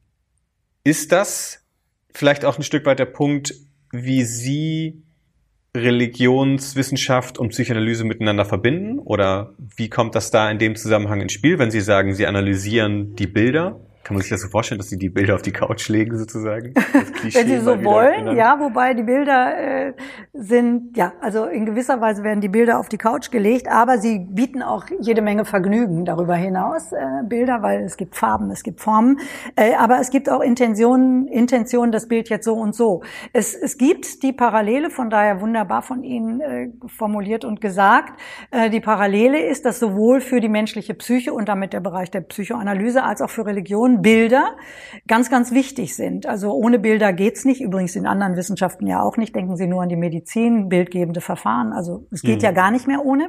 ist das vielleicht auch ein Stück weit der Punkt, wie Sie Religionswissenschaft und Psychoanalyse miteinander verbinden? Oder wie kommt das da in dem Zusammenhang ins Spiel, wenn Sie sagen, Sie analysieren die Bilder? Kann man sich das so vorstellen, dass Sie die Bilder auf die Couch legen sozusagen? Wenn Sie so wollen, ja, wobei die Bilder äh, sind, ja, also in gewisser Weise werden die Bilder auf die Couch gelegt, aber sie bieten auch jede Menge Vergnügen darüber hinaus, äh, Bilder, weil es gibt Farben, es gibt Formen, äh, aber es gibt auch Intentionen, Intentionen, das Bild jetzt so und so. Es, es gibt die Parallele, von daher wunderbar von Ihnen äh, formuliert und gesagt, äh, die Parallele ist, dass sowohl für die menschliche Psyche und damit der Bereich der Psychoanalyse als auch für Religion Bilder ganz, ganz wichtig sind. Also ohne Bilder geht's nicht. Übrigens in anderen Wissenschaften ja auch nicht. Denken Sie nur an die Medizin, bildgebende Verfahren. Also es geht mhm. ja gar nicht mehr ohne.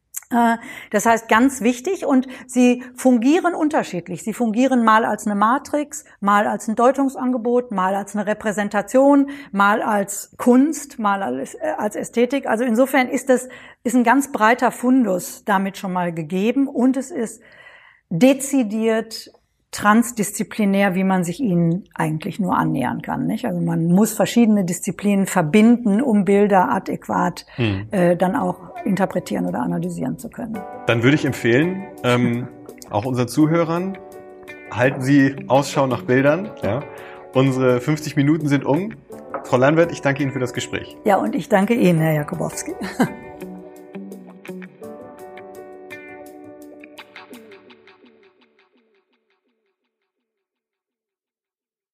Das heißt, ganz wichtig, und sie fungieren unterschiedlich. Sie fungieren mal als eine Matrix, mal als ein Deutungsangebot, mal als eine Repräsentation, mal als Kunst, mal als, äh, als Ästhetik. Also insofern ist das, ist ein ganz breiter Fundus damit schon mal gegeben, und es ist dezidiert transdisziplinär, wie man sich ihnen eigentlich nur annähern kann, nicht? Also man muss verschiedene Disziplinen verbinden, um Bilder adäquat hm. äh, dann auch interpretieren oder analysieren zu können. Dann würde ich empfehlen, ähm, auch unseren Zuhörern, halten Sie Ausschau nach Bildern. Ja? Unsere fünfzig Minuten sind um. Frau Landwirth, ich danke Ihnen für das Gespräch. Ja, und ich danke Ihnen, Herr Jakubowski.